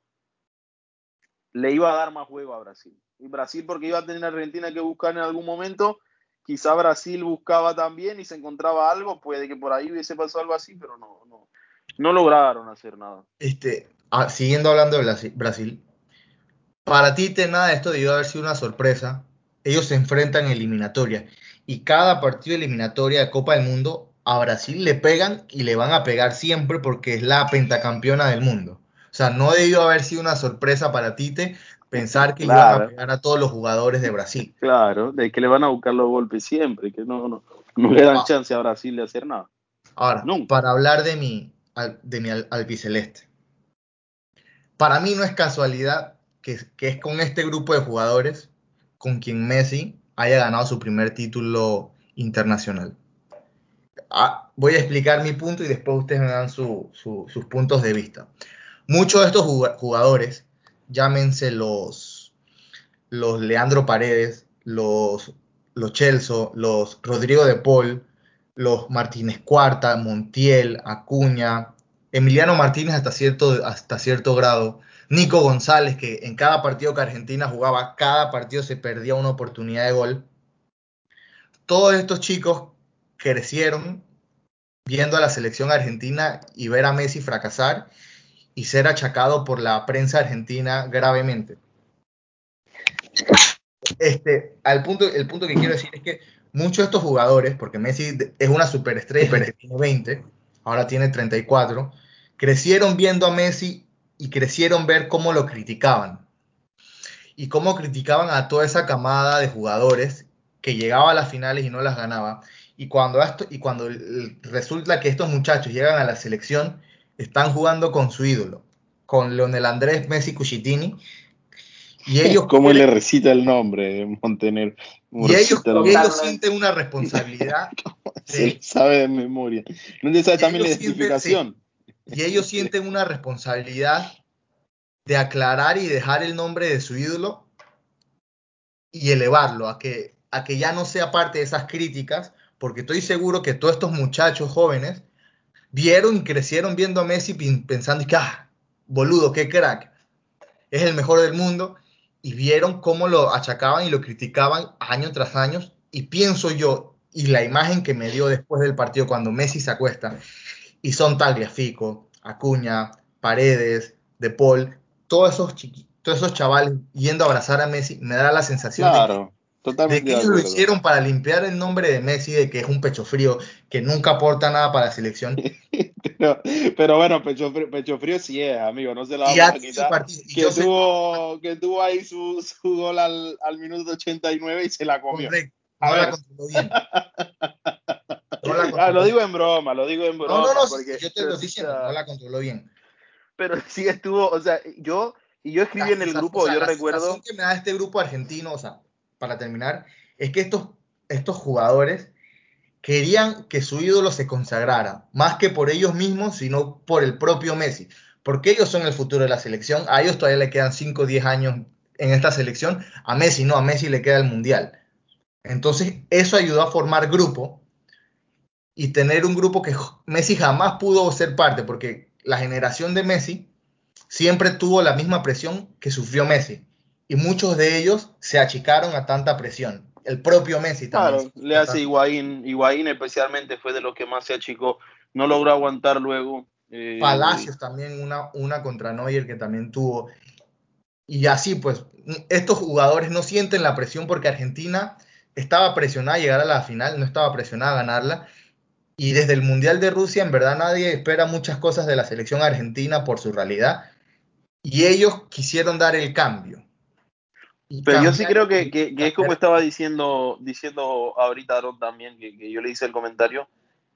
le iba a dar más juego a Brasil. Y Brasil, porque iba a tener a Argentina que buscar en algún momento, quizá Brasil buscaba también y se encontraba algo, puede que por ahí hubiese pasado algo así, pero no, no, no lograron hacer nada. Este, ah, siguiendo hablando de Brasil, Brasil, para ti te, nada de esto debió haber sido una sorpresa. Ellos se enfrentan en eliminatoria y cada partido de eliminatoria de Copa del Mundo a Brasil le pegan y le van a pegar siempre porque es la pentacampeona del mundo. O sea, no debió haber sido una sorpresa para Tite pensar que le iban a Claro, pegar a todos los jugadores de Brasil. claro, de que le van a buscar los golpes siempre, que no, no, no le dan Ah, chance a Brasil de hacer nada. ahora, Nunca. para hablar de mi, al- de mi al- albiceleste. Para mí no es casualidad que, que es con este grupo de jugadores con quien Messi haya ganado su primer título internacional. Ah, voy a explicar mi punto y después ustedes me dan su- su- sus puntos de vista. Muchos de estos jugadores, llámense los, los Leandro Paredes, los, los Chelsea, los Rodrigo de Paul, los Martínez Cuarta, Montiel, Acuña, Emiliano Martínez hasta cierto, hasta cierto grado, Nico González, que en cada partido que Argentina jugaba, cada partido se perdía una oportunidad de gol. Todos estos chicos crecieron viendo a la selección argentina y ver a Messi fracasar y ser achacado por la prensa argentina gravemente. Este, al punto, el punto que quiero decir es que muchos de estos jugadores, porque Messi es una superestrella desde que tiene veinte, ahora tiene treinta y cuatro, crecieron viendo a Messi y crecieron ver cómo lo criticaban. Y cómo criticaban a toda esa camada de jugadores que llegaba a las finales y no las ganaba. Y cuando, esto, y cuando resulta que estos muchachos llegan a la selección, están jugando con su ídolo, con Leonel Andrés Messi Cucitini, y ellos ¿Cómo quieren, le recita el nombre de Montenegro? ¿Cómo y ellos, recita el y nombre? ellos Totalmente. sienten una responsabilidad Se de, le sabe de memoria. ¿No te sabes y también la ellos sienten, sí, identificación? y ellos sienten una responsabilidad de aclarar y dejar el nombre de su ídolo y elevarlo a que, a que ya no sea parte de esas críticas, porque estoy seguro que todos estos muchachos jóvenes vieron y crecieron viendo a Messi pensando que, ah, boludo, qué crack, es el mejor del mundo, y vieron cómo lo achacaban y lo criticaban año tras año, y pienso yo, y la imagen que me dio después del partido cuando Messi se acuesta, y son Tagliafico, Acuña, Paredes, De Paul, todos esos, chiqui, todos esos chavales yendo a abrazar a Messi, me da la sensación de que Claro, de totalmente que de ellos lo acuerdo. hicieron para limpiar el nombre de Messi, de que es un pecho frío, que nunca aporta nada para la selección. pero, pero bueno, pecho frío, pecho frío sí es, amigo, no se lo Y vamos ya a tiene su quitar. partido. Y Que yo sé, tuvo, que tuvo ahí su, su gol al, al minuto ochenta y nueve y se la comió. correcto, A no la ver, controló bien. No la ah, lo controló bien. digo en broma, lo digo en No, no, broma, no, sí, sí, porque, yo te lo estoy o diciendo, no sea, la controló bien. pero sí estuvo, o sea, yo, y yo escribí La en el sensación, o grupo, sea, yo la sensación recuerdo, que me da este grupo argentino, o sea, para terminar, es que estos, estos jugadores querían que su ídolo se consagrara, más que por ellos mismos, sino por el propio Messi, porque ellos son el futuro de la selección, a ellos todavía le quedan cinco o diez años en esta selección, a Messi no, a Messi le queda el Mundial. Entonces, eso ayudó a formar grupo y tener un grupo que Messi jamás pudo ser parte, porque la generación de Messi siempre tuvo la misma presión que sufrió Messi, y muchos de ellos se achicaron a tanta presión. El propio Messi también se claro, le achicó a hace tanta. Higuaín, Higuaín especialmente fue de los que más se achicó, no logró aguantar luego. eh, Palacios también, una, una contra Neuer que también tuvo. Y así, pues, estos jugadores no sienten la presión porque Argentina estaba presionada a llegar a la final, no estaba presionada a ganarla. Y desde el Mundial de Rusia, en verdad, nadie espera muchas cosas de la selección argentina por su realidad. Y ellos quisieron dar el cambio. Y Pero yo sí cambiar, creo que, que, que es como cambiar. estaba diciendo, diciendo ahorita Aaron también, que, que yo le hice el comentario,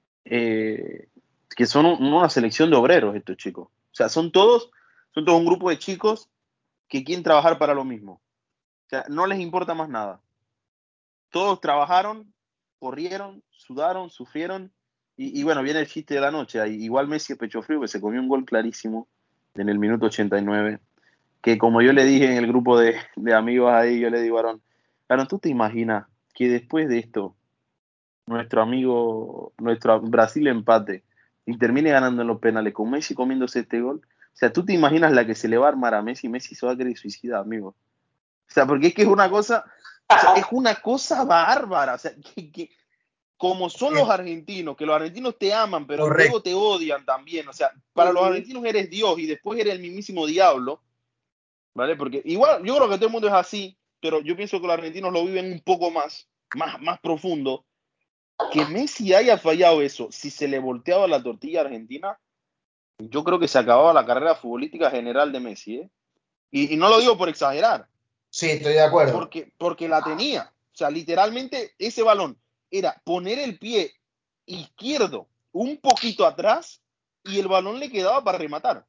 eh, que son un- una selección de obreros estos chicos. O sea, son todos, son todos un grupo de chicos que quieren trabajar para lo mismo. O sea, no les importa más nada. Todos trabajaron, corrieron, sudaron, sufrieron. Y, y bueno, viene el chiste de la noche. Ahí, igual Messi es pecho frío, que se comió un gol clarísimo en el minuto ochenta y nueve. Que como yo le dije en el grupo de, de amigos ahí, yo le digo a Aaron, Aaron, ¿tú te imaginas que después de esto, nuestro amigo, nuestro Brasil empate y termine ganando en los penales con Messi comiéndose este gol? O sea, ¿tú te imaginas la que se le va a armar a Messi? Messi se va a querer suicidar, amigo. O sea, porque es que es una cosa, o sea, es una cosa bárbara. O sea, que, que como son los Eh, argentinos, que los argentinos te aman, pero luego correcto. te odian también. O sea, para los argentinos eres Dios y después eres el mismísimo diablo, ¿vale? Porque igual, yo creo que todo el mundo es así, pero yo pienso que los argentinos lo viven un poco más, más, más profundo. Que Messi haya fallado eso, si se le volteaba la tortilla a Argentina, yo creo que se acababa la carrera futbolística general de Messi, ¿eh? Y, y no lo digo por exagerar, Sí, estoy de acuerdo. porque, porque la tenía. O sea, literalmente ese balón era poner el pie izquierdo un poquito atrás y el balón le quedaba para rematar.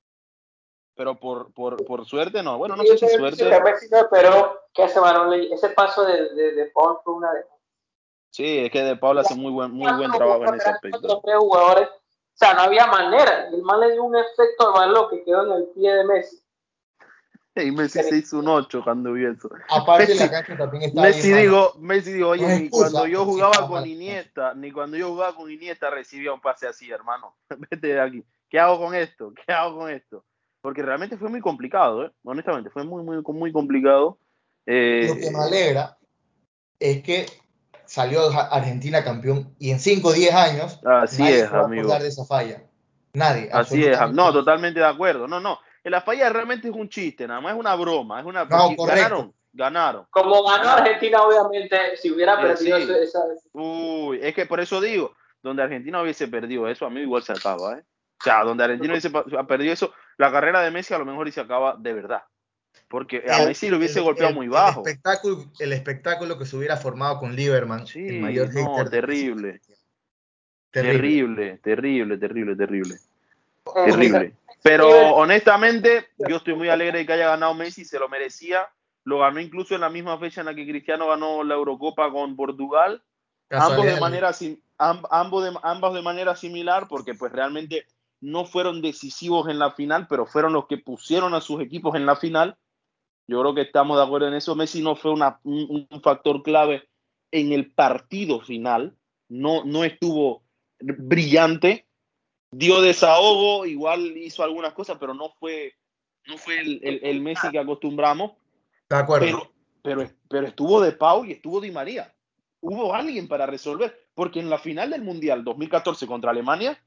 Pero por, por, por suerte no. Bueno, no Yo sé si también pienso que suerte. Messi no esperó que ese balón le- ese paso de, de, de Paul fue una de Sí, es que De Paula hace muy buen, muy buen cuatro, trabajo en ese eran aspecto. cuatro o tres jugadores. O sea, no había manera. El man le dio un efecto al balón que quedó en el pie de Messi. Y Messi se hizo un ocho cuando vio eso. Aparte, la Messi, cancha también estaba bien Messi mala. digo, Messi digo, No oye, es ni cuando excusa, yo pero sí jugaba estaba con mala la cancha. Iniesta, ni cuando yo jugaba con Iniesta recibía un pase así, hermano. Vete de aquí. ¿Qué hago con esto? ¿Qué hago con esto? Porque realmente fue muy complicado, ¿eh? Honestamente, fue muy, muy, muy complicado. Lo que me Eh, alegra es que salió Argentina campeón y en cinco o diez años así nadie es, se va a acordar amigo. de esa falla. Nadie, Así es. absolutamente No, nadie. totalmente de acuerdo. No, no. La falla realmente es un chiste, nada más es una broma, es una No, porque correcto. ganaron, ganaron, Como ganó ganaron. Argentina, obviamente, si hubiera Eh, perdido ese- sí. esa. Uy, es que por eso digo, donde Argentina hubiese perdido eso, a mí igual se acaba, ¿eh? O sea, donde Argentina hubiese pa- perdido eso, la carrera de Messi a lo mejor y se acaba de verdad. Porque a El, Messi lo hubiese el, golpeado el, muy el bajo. espectáculo, el espectáculo que se hubiera formado con Lieberman, el Sí, mayor no, hater de Messi. terrible, Terrible. terrible, terrible, terrible, terrible, Eh, terrible. Pero honestamente, yo estoy muy alegre de que haya ganado Messi, se lo merecía. Lo ganó incluso en la misma fecha en la que Cristiano ganó la Eurocopa con Portugal. Ambos de Casualidad de la vida. manera, sim- amb- ambos de, ambas de manera similar, porque pues realmente no fueron decisivos en la final, pero fueron los que pusieron a sus equipos en la final. Yo creo que estamos de acuerdo en eso. Messi no fue una, un, un factor clave en el partido final, no, no estuvo brillante, dio desahogo, igual hizo algunas cosas, pero no fue, no fue el, el, el Messi que acostumbramos, De acuerdo. pero, pero, pero estuvo De Paul y estuvo Di María. Hubo alguien para resolver, porque en la final del Mundial dos mil catorce contra Alemania,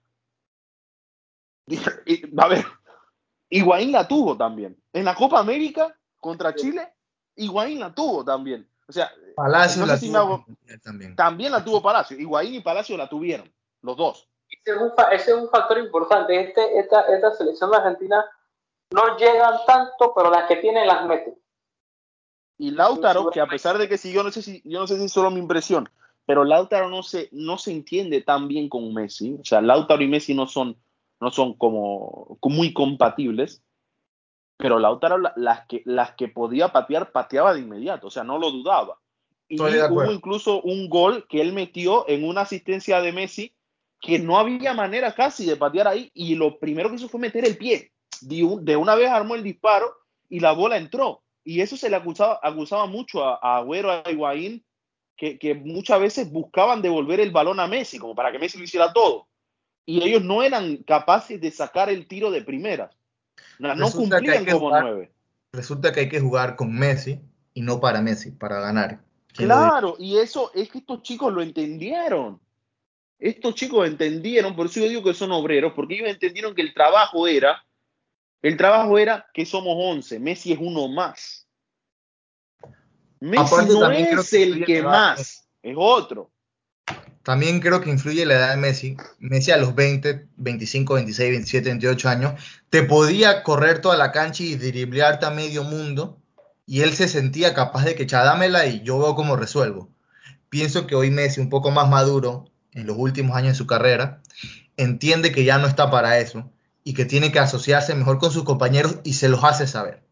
a ver, Higuaín la tuvo también. En la Copa América contra Chile, Higuaín la tuvo también. O sea, Palacios no sé la si me tuvo en el hago, Mundial también. también la tuvo Palacio. Higuaín y Palacio la tuvieron, los dos. ese es un, fa- ese es un factor importante. Este, esta, esta selección de Argentina no llegan tanto, pero las que tienen las meten. Y Lautaro, que a pesar de que sí, yo no sé si, yo no sé si es solo mi impresión, pero Lautaro no se, no se entiende tan bien con Messi. O sea, Lautaro y Messi no son, no son como, como muy compatibles, pero Lautaro la- las que, las que podía patear, pateaba de inmediato, o sea, no lo dudaba. Estoy de Y hubo acuerdo. incluso un gol que él metió en una asistencia de Messi que no había manera casi de patear ahí, y lo primero que hizo fue meter el pie. De, un, de una vez armó el disparo y la bola entró. Y eso se le acusaba, acusaba mucho a, a Agüero, a Higuaín, que, que muchas veces buscaban devolver el balón a Messi, como para que Messi lo hiciera todo. Y ellos no eran capaces de sacar el tiro de primeras. No, no Resulta que hay cumplían que como jugar, nueve. resulta que hay que jugar con Messi y no para Messi, para ganar. ¿Quién lo diría? Claro, y eso es que estos chicos lo entendieron. Estos chicos entendieron, por eso yo digo que son obreros, porque ellos entendieron que el trabajo era, el trabajo era que somos once, Messi es uno más. Messi Aparte no también creo es que el influye la que edad de Messi. más, es otro. También creo que influye la edad de Messi. Messi a los veinte, veinticinco, veintiséis, veintisiete, veintiocho años te podía correr toda la cancha y driblearte a medio mundo, y él se sentía capaz de que "Cha, dámela y yo veo cómo resuelvo". Pienso que hoy Messi, un poco más maduro en los últimos años de su carrera, entiende que ya no está para eso y que tiene que asociarse mejor con sus compañeros, y se los hace saber.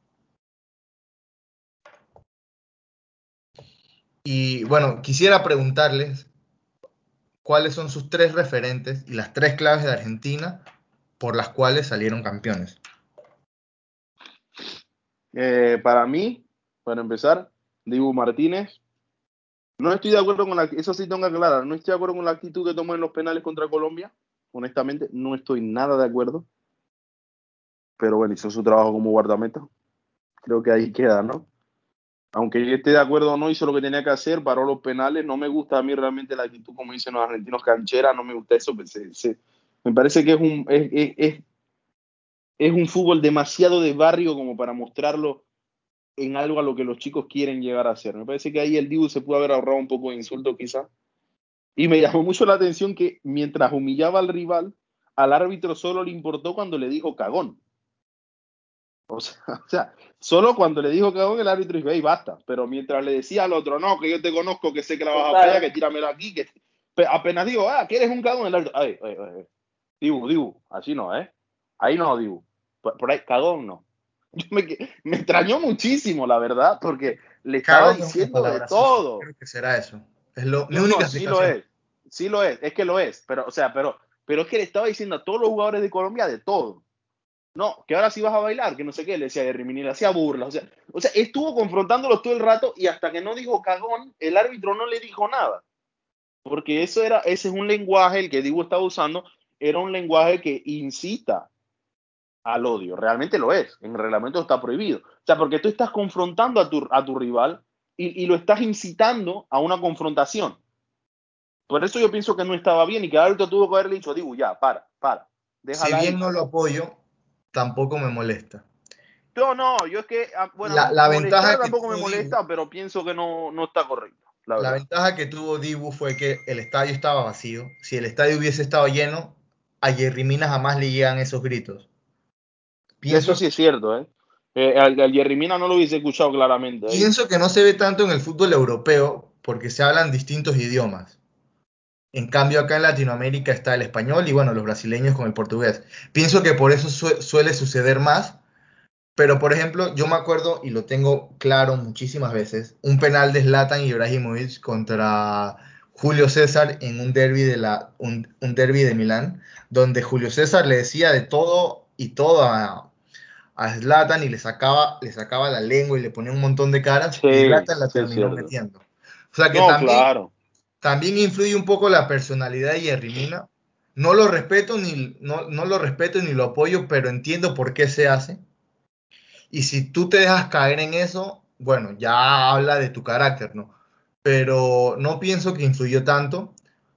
Y bueno, quisiera preguntarles cuáles son sus tres referentes y las tres claves de Argentina por las cuales salieron campeones. Eh, para mí, para empezar, Dibu Martínez, no estoy de acuerdo con la, eso sí tengo que aclarar, no estoy de acuerdo con la actitud que tomó en los penales contra Colombia, honestamente, no estoy nada de acuerdo, pero bueno, hizo su trabajo como guardameta, creo que ahí queda, ¿no? Aunque yo esté de acuerdo o no, hizo lo que tenía que hacer, paró los penales. No me gusta a mí realmente la actitud, como dicen los argentinos, canchera, no me gusta eso. Pues, se- se- me parece que es un, es, es- es- es un fútbol demasiado de barrio como para mostrarlo en algo a lo que los chicos quieren llegar a hacer. Me parece que ahí el Dibu se pudo haber ahorrado un poco de insulto quizá. Y me llamó mucho la atención que mientras humillaba al rival, al árbitro solo le importó cuando le dijo cagón. O sea, o sea, solo cuando le dijo cagón el árbitro dijo, hey, basta. Pero mientras le decía al otro, no, que yo te conozco, que sé que la vas a pegar, Total. que tíramela aquí, que pe- apenas digo, ah, que eres un cagón, el árbitro, ay, ay, ay, ay. Dibu, Dibu, así no, ¿eh? Ahí no, Dibu. Por, por ahí, cagón no. Yo me, que- me extrañó muchísimo, la verdad, porque le estaba Cagón es una diciendo de palabra sucia. todo. Creo que será eso. Es lo, mi Yo no, única sí lo explicación. es, sí lo es, es que lo es, pero, o sea, pero, pero es que le estaba diciendo a todos los jugadores de Colombia de todo. No, que ahora sí vas a bailar, que no sé qué, le decía Jerry Minil, le hacía burlas, o sea, o sea, estuvo confrontándolos todo el rato y hasta que no dijo cagón, el árbitro no le dijo nada, porque eso era, ese es un lenguaje, el que Dibu estaba usando, era un lenguaje que incita al odio, realmente lo es, en el reglamento está prohibido, o sea, porque tú estás confrontando a tu, a tu rival y, y lo estás incitando a una confrontación, por eso yo pienso que no estaba bien y que el árbitro tuvo que haberle dicho, Dibu, ya, para, para, Si déjala bien ahí. no lo apoyo, tampoco me molesta. Yo no, yo es que, ah, bueno, a La, mí la ventaja molestar que tampoco me tuvo Dibu, molesta, pero pienso que no, no está correcto, la la verdad. ventaja que tuvo Dibu fue que el estadio estaba vacío. Si el estadio hubiese estado lleno, a Jerry Mina jamás le llegan esos gritos. Eso Pienso, sí es cierto, ¿eh? Eh, al, al Jerry Mina no lo hubiese escuchado claramente ahí. pienso que no se ve tanto en el fútbol europeo porque se hablan distintos idiomas. En cambio, acá en Latinoamérica está el español y bueno, los brasileños con el portugués. Pienso que por eso su- suele suceder más. Pero, por ejemplo, yo me acuerdo, y lo tengo claro muchísimas veces, un penal de Zlatan Ibrahimovic contra Julio César en un derby de, la, un, un derbi de Milán, donde Julio César le decía de todo y todo a, a Zlatan, y le sacaba, le sacaba la lengua y le ponía un montón de caras, y Sí, Zlatan la sí es terminó cierto. metiendo. O sea que No, también, claro. también influye un poco la personalidad de Yerry Mina. No lo respeto ni, no, no lo respeto ni lo apoyo, pero entiendo por qué se hace. Y si tú te dejas caer en eso, bueno, ya habla de tu carácter, ¿no? Pero no pienso que influyó tanto.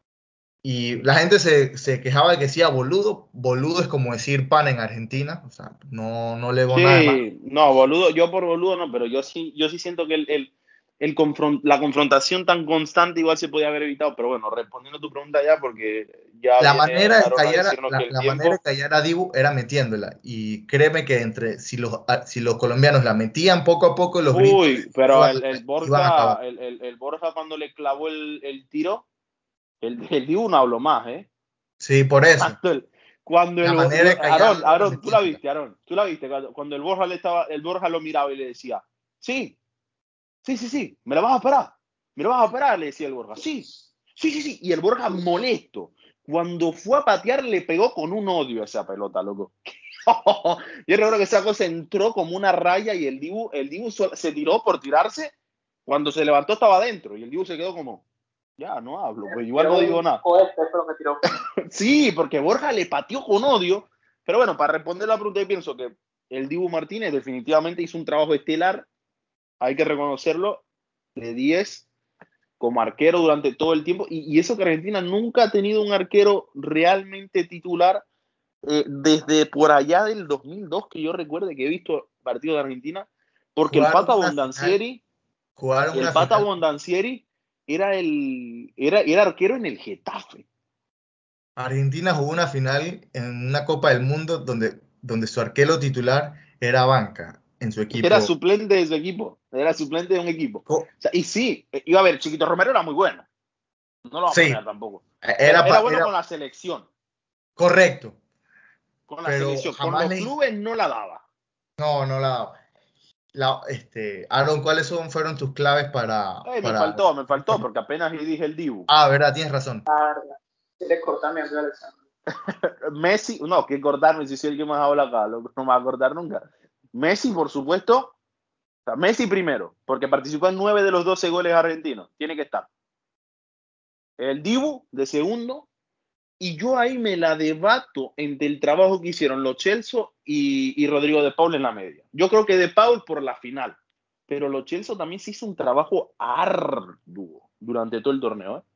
Y la gente se, se quejaba de que decía boludo. Boludo es como decir pan en Argentina. O sea, no, no le veo nada de malo. Sí, no, boludo, yo por boludo no, pero yo sí, yo sí siento que el, el, el confront, la confrontación tan constante igual se podía haber evitado, pero bueno, respondiendo a tu pregunta ya, porque ya La viene manera de Aaron a callar, a- decirnos que la, el la manera de tiempo, callar a Dibu era metiéndola. Y créeme que entre si los, a- si los colombianos la metían poco a poco, los gringos uy, pero iban a, el, el iban a acabar. Borja, el, el, el Borja cuando le clavó el, el tiro, el, el Dibu no habló más, ¿eh? Sí, por eso. Cuando el, cuando La el manera yo, de Aarón, callarlo era Aarón, tú la metiéndola. viste, Aarón, tú la viste, cuando, cuando el Borja le estaba, el Borja lo miraba y le decía, sí, sí, sí, sí, me la vas a parar, me la vas a parar, le decía el Borja, sí, sí, sí, sí, y el Borja molesto. Cuando fue a patear le pegó con un odio a esa pelota, loco. Yo recuerdo que esa cosa entró como una raya y el Dibu, el Dibu se tiró por tirarse. Cuando se levantó estaba adentro y el Dibu se quedó como, ya no hablo, pues igual Tiró no digo un nada. cohete, fue lo que tiró. Sí, porque Borja le pateó con odio. Pero bueno, para responder la pregunta, yo pienso que el Dibu Martínez definitivamente hizo un trabajo estelar, hay que reconocerlo, de diez como arquero durante todo el tiempo. Y, y eso que Argentina nunca ha tenido un arquero realmente titular eh, desde por allá del dos mil dos, que yo recuerde que he visto partidos de Argentina, porque el Jugaron Pata una final, Bondancieri, jugaron el una Pata final. Bondancieri era, el, era, era arquero en el Getafe. Argentina jugó una final en una Copa del Mundo donde, donde su arquero titular era banca en su Era equipo. suplente de su equipo, era suplente de un equipo. O Co- sea, y sí, iba a ver, Chiquito Romero era muy bueno, no lo vamos a Sí, poner tampoco, pero era, era pa- bueno era con la selección, correcto, con la pero selección, con jamás los le... clubes no la daba. No, no la... la este, Aaron, ¿cuáles son, fueron tus claves para, Eh, me para... faltó, me faltó, porque apenas le dije el Dibu. Ah, verdad, tienes razón. Ah, verdad. Quiere cortarme a mí, Alexander. Messi, no, que cortarme si soy el que más habla acá, loco, no me va a cortar nunca. Messi, por supuesto, o sea, Messi primero, porque participó en nueve de los doce goles argentinos, tiene que estar. El Dibu de segundo, y yo ahí me la debato entre el trabajo que hicieron los Chelsea y, y Rodrigo de Paul en la media. Yo creo que de Paul por la final, pero los Chelsea también se hizo un trabajo arduo durante todo el torneo, ¿eh?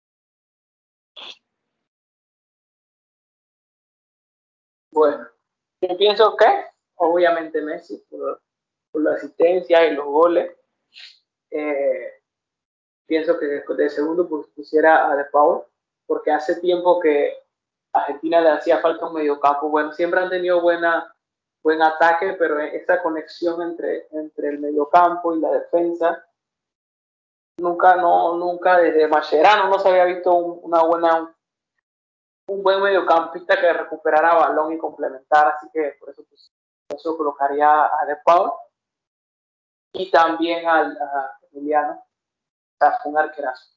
Bueno, yo pienso que, obviamente, Messi, por, por la asistencia y los goles, eh, pienso que de segundo pues, pusiera a De Paul, porque hace tiempo que a Argentina le hacía falta un mediocampo. Bueno, siempre han tenido buena, buen ataque, pero esa conexión entre, entre el mediocampo y la defensa, nunca, no, nunca desde Mascherano no se había visto un, una buena, un buen mediocampista que recuperara balón y complementara, así que por eso, pues, por eso colocaría a De Paul y también al, a Emiliano, o sea, fue un arquerazo.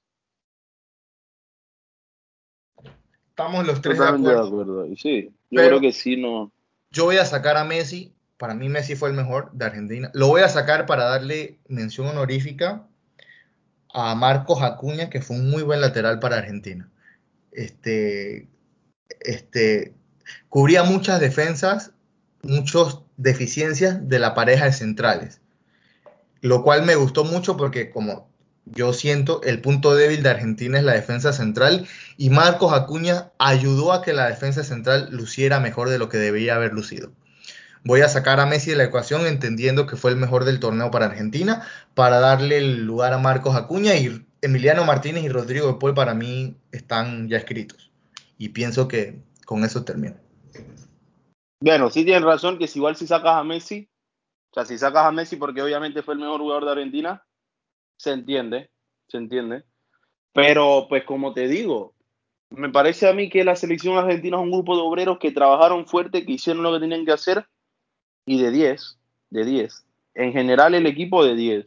Estamos los tres de Totalmente de acuerdo, acuerdo. Y sí, yo creo pero que sí, no. yo voy a sacar a Messi. Para mí Messi fue el mejor de Argentina. Lo voy a sacar para darle mención honorífica a Marcos Acuña, que fue un muy buen lateral para Argentina. Este, este, cubría muchas defensas, muchas deficiencias de la pareja de centrales, lo cual me gustó mucho porque como yo siento el punto débil de Argentina es la defensa central y Marcos Acuña ayudó a que la defensa central luciera mejor de lo que debía haber lucido. Voy a sacar a Messi de la ecuación entendiendo que fue el mejor del torneo para Argentina para darle el lugar a Marcos Acuña y Emiliano Martínez y Rodrigo de Paul para mí están ya escritos. Y pienso que con eso termino. Bueno, sí tienes razón que si igual si sacas a Messi, o sea, si sacas a Messi porque obviamente fue el mejor jugador de Argentina, se entiende, se entiende. Pero pues como te digo, me parece a mí que la selección argentina es un grupo de obreros que trabajaron fuerte, que hicieron lo que tenían que hacer y de diez, de diez. En general el equipo de diez.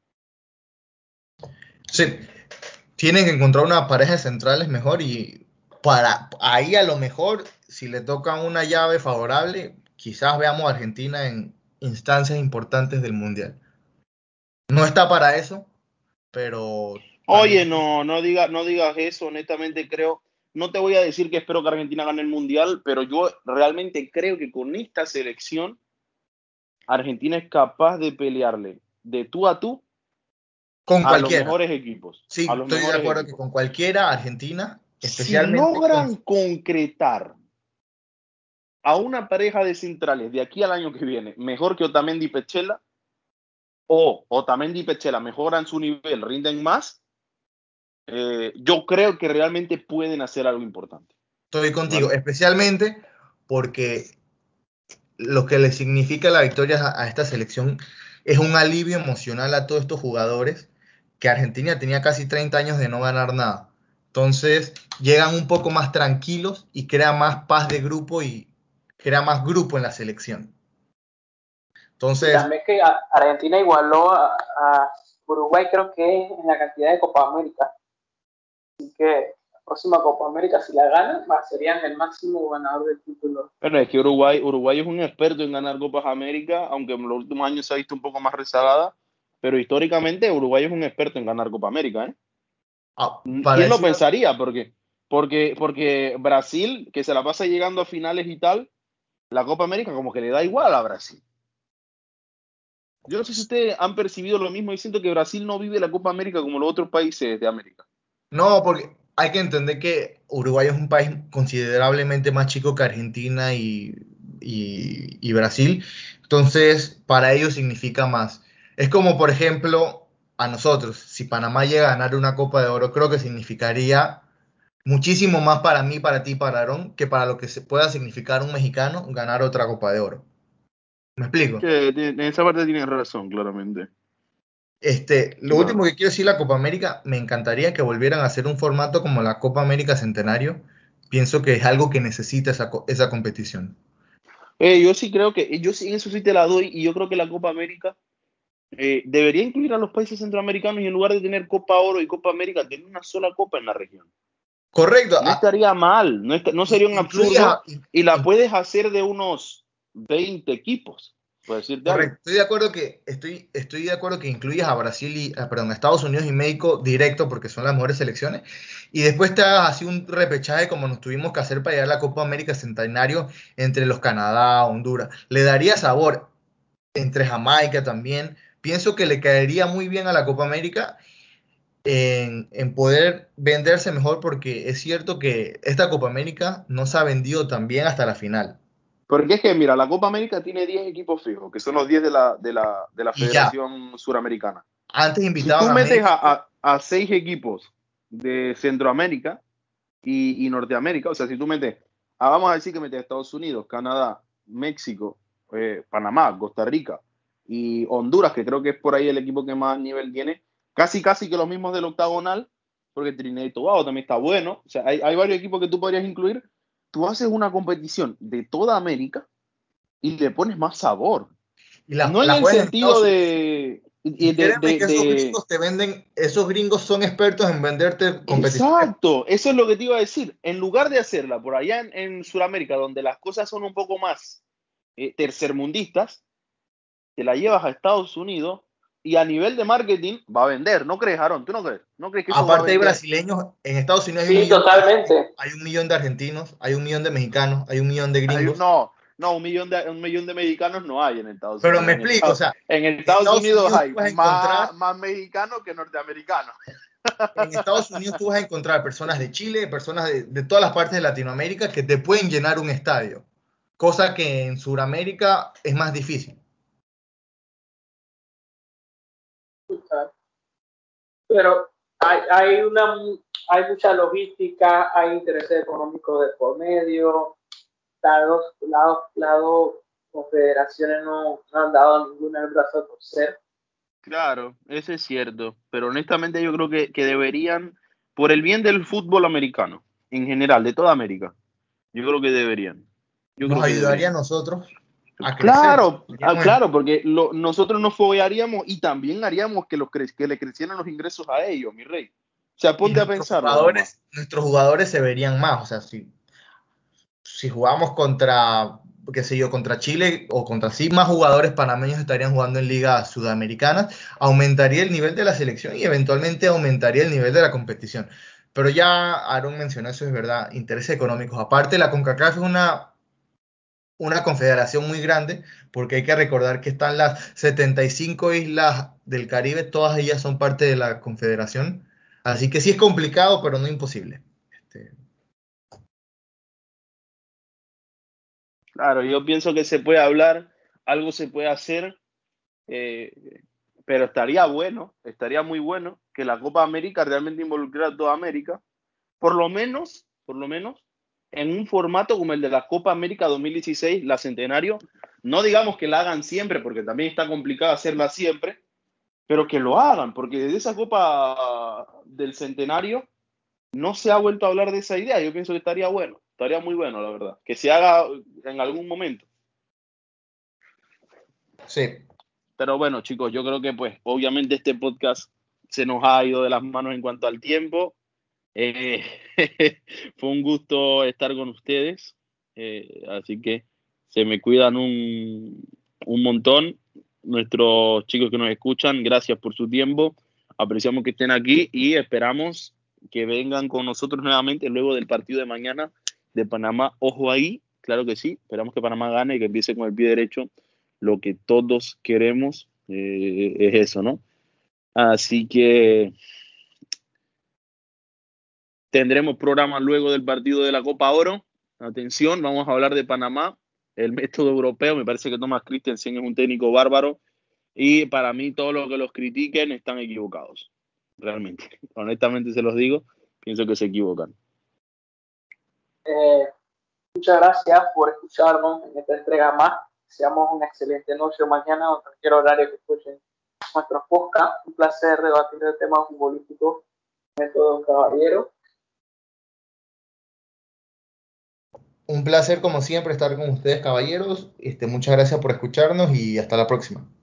Sí, tienen que encontrar una pareja de centrales mejor y para ahí a lo mejor si le toca una llave favorable, quizás veamos a Argentina en instancias importantes del Mundial. No está para eso, pero Oye, también no, no digas, no digas eso, honestamente creo, no te voy a decir que espero que Argentina gane el Mundial, pero yo realmente creo que con esta selección Argentina es capaz de pelearle de tú a tú con a los cualquiera. mejores equipos, Sí, a los estoy de mejores acuerdo que equipos. con cualquiera, Argentina, Si especialmente con... logran concretar a una pareja de centrales de aquí al año que viene, mejor que Otamendi y Pechela, o Otamendi y Pechela mejoran su nivel, rinden más, eh, yo creo que realmente pueden hacer algo importante. Estoy contigo, ¿Vale? especialmente porque lo que le significa la victoria a, a esta selección es un alivio emocional a todos estos jugadores que Argentina tenía casi treinta años de no ganar nada. Entonces llegan un poco más tranquilos y crea más paz de grupo y crea más grupo en la selección. Y Entonces, también que a- Argentina igualó a, a Uruguay, creo que en la cantidad de Copa América. Así que la próxima Copa América, si la ganan, va, serían el máximo ganador del título. Pero es que Uruguay, Uruguay es un experto en ganar Copas América, aunque en los últimos años se ha visto un poco más rezagada, pero históricamente Uruguay es un experto en ganar Copa América, ¿eh? ah, ¿Quién lo parecido, pensaría? Porque, porque, porque Brasil, que se la pasa llegando a finales y tal, la Copa América como que le da igual a Brasil. Yo no sé si ustedes han percibido lo mismo y siento que Brasil no vive la Copa América como los otros países de América. no, porque hay que entender que Uruguay es un país considerablemente más chico que Argentina y, y- y Brasil, entonces para ellos significa más. Es como, por ejemplo, a nosotros, si Panamá llega a ganar una Copa de Oro, creo que significaría muchísimo más para mí, para ti, para Aarón, que para lo que se pueda significar un mexicano ganar otra Copa de Oro. ¿Me explico? Que en esa parte tienes razón, claramente. Este, lo último Claro. que quiero decir, la Copa América, me encantaría que volvieran a hacer un formato como la Copa América Centenario. Pienso que es algo que necesita esa, co- esa competición. Eh, yo sí creo que, yo sí, en eso sí te la doy, y yo creo que la Copa América eh, debería incluir a los países centroamericanos y en lugar de tener Copa Oro y Copa América, tener una sola copa en la región. Correcto. No ah, estaría mal, no, est- no i- sería un incluyes absurdo a- in- y la in- puedes hacer de unos veinte equipos, por decirte correcto. algo. Estoy de acuerdo que, estoy, estoy de acuerdo que incluyas a Brasil y, ah, perdón, a Estados Unidos y México directo porque son las mejores selecciones. Y después te hagas así un repechaje como nos tuvimos que hacer para llegar a la Copa América Centenario entre los Canadá, Honduras. Le daría sabor entre Jamaica también. Pienso que le caería muy bien a la Copa América en, en poder venderse mejor porque es cierto que esta Copa América no se ha vendido tan bien hasta la final. Porque es que, mira, la Copa América tiene diez equipos fijos, que son los diez de la, de la, de la Y ya, Federación Suramericana. antes Si invitaban tú a metes a, México, a, a seis equipos de Centroamérica y, y Norteamérica, o sea, si tú metes, ah, vamos a decir que metes a Estados Unidos, Canadá, México, eh, Panamá, Costa Rica y Honduras, que creo que es por ahí el equipo que más nivel tiene, casi casi que los mismos del octagonal, porque Trinidad y Tobago también está bueno, o sea, hay, hay varios equipos que tú podrías incluir, tú haces una competición de toda América y le pones más sabor. y la, No en la el juegan en sentido Estados Unidos. de, de, Y de, créeme de, que esos de gringos te venden, esos gringos son expertos en venderte competiciones. Exacto, eso es lo que te iba a decir. En lugar de hacerla por allá en, en Sudamérica, donde las cosas son un poco más eh, tercermundistas, te la llevas a Estados Unidos y a nivel de marketing va a vender. ¿No crees, Aaron? ¿Tú no crees? ¿No crees que eso va a Aparte hay vender? brasileños, en Estados Unidos hay un Sí, millón de brasileños, totalmente. hay un millón de argentinos, hay un millón de mexicanos, hay un millón de Hay- gringos. no, no, un millón de, un millón de mexicanos no hay en Estados Pero me Unidos. En explico, o Estados, sea, en en Estados Estados Unidos Unidos tú hay vas a más, encontrar más mexicanos que norteamericanos. en Estados Unidos tú vas a encontrar personas de Chile, personas de, de todas las partes de Latinoamérica que te pueden llenar un estadio, cosa que en Sudamérica es más difícil. Pero hay, hay, una, hay mucha logística, hay intereses económicos de por medio, lados, lados, lados confederaciones no, no han dado ninguna el brazo a torcer. Claro, eso es cierto, pero honestamente yo creo que, que deberían, por el bien del fútbol americano, en general, de toda América, yo creo que deberían. Yo Nos creo que ayudaría a deberían. nosotros a crecer. Claro, ah, Seríamos- claro, porque lo- nosotros nos foguearíamos y también haríamos que, los cre- que le crecieran los ingresos a ellos, mi rey. O sea, y ponte a nuestros pensarlo nomás. jugadores, nuestros jugadores se verían más. O sea, si, si jugamos contra, qué sé yo, contra Chile o contra sí, más jugadores panameños estarían jugando en ligas sudamericanas, aumentaría el nivel de la selección y eventualmente aumentaría el nivel de la competición. Pero ya Aaron mencionó eso, es verdad, intereses económicos. Aparte, la CONCACAF es una, una confederación muy grande, porque hay que recordar que están las setenta y cinco islas del Caribe, todas ellas son parte de la confederación. Así que sí es complicado, pero no imposible. Este, Claro, yo pienso que se puede hablar, algo se puede hacer, eh, pero estaría bueno, estaría muy bueno que la Copa América realmente involucrara a toda América, por lo menos, por lo menos, en un formato como el de la Copa América dos mil dieciséis, la Centenario. No digamos que la hagan siempre, porque también está complicado hacerla siempre, pero que lo hagan, porque desde esa Copa del Centenario no se ha vuelto a hablar de esa idea. Yo pienso que estaría bueno, estaría muy bueno, la verdad, que se haga en algún momento. Sí. Pero bueno, chicos, yo creo que pues obviamente este podcast se nos ha ido de las manos en cuanto al tiempo. Eh, fue un gusto estar con ustedes, eh, así que se me cuidan un, un montón. Nuestros chicos que nos escuchan, gracias por su tiempo. Apreciamos que estén aquí y esperamos que vengan con nosotros nuevamente luego del partido de mañana de Panamá. Ojo ahí, claro que sí, esperamos que Panamá gane y que empiece con el pie derecho. Lo que todos queremos eh, es eso, ¿no? Así que tendremos programas luego del partido de la Copa Oro. Atención, vamos a hablar de Panamá, el método europeo. Me parece que Thomas Christensen es un técnico bárbaro y para mí todos los que los critiquen están equivocados. Realmente, honestamente se los digo, pienso que se equivocan. Eh, muchas gracias por escucharnos en esta entrega más. Seamos un excelente noche mañana o cualquier horario que escuchen nuestros podcasts. Un placer debatir el tema futbolístico método caballero. Un placer como siempre estar con ustedes, caballeros. Este, muchas gracias por escucharnos y hasta la próxima.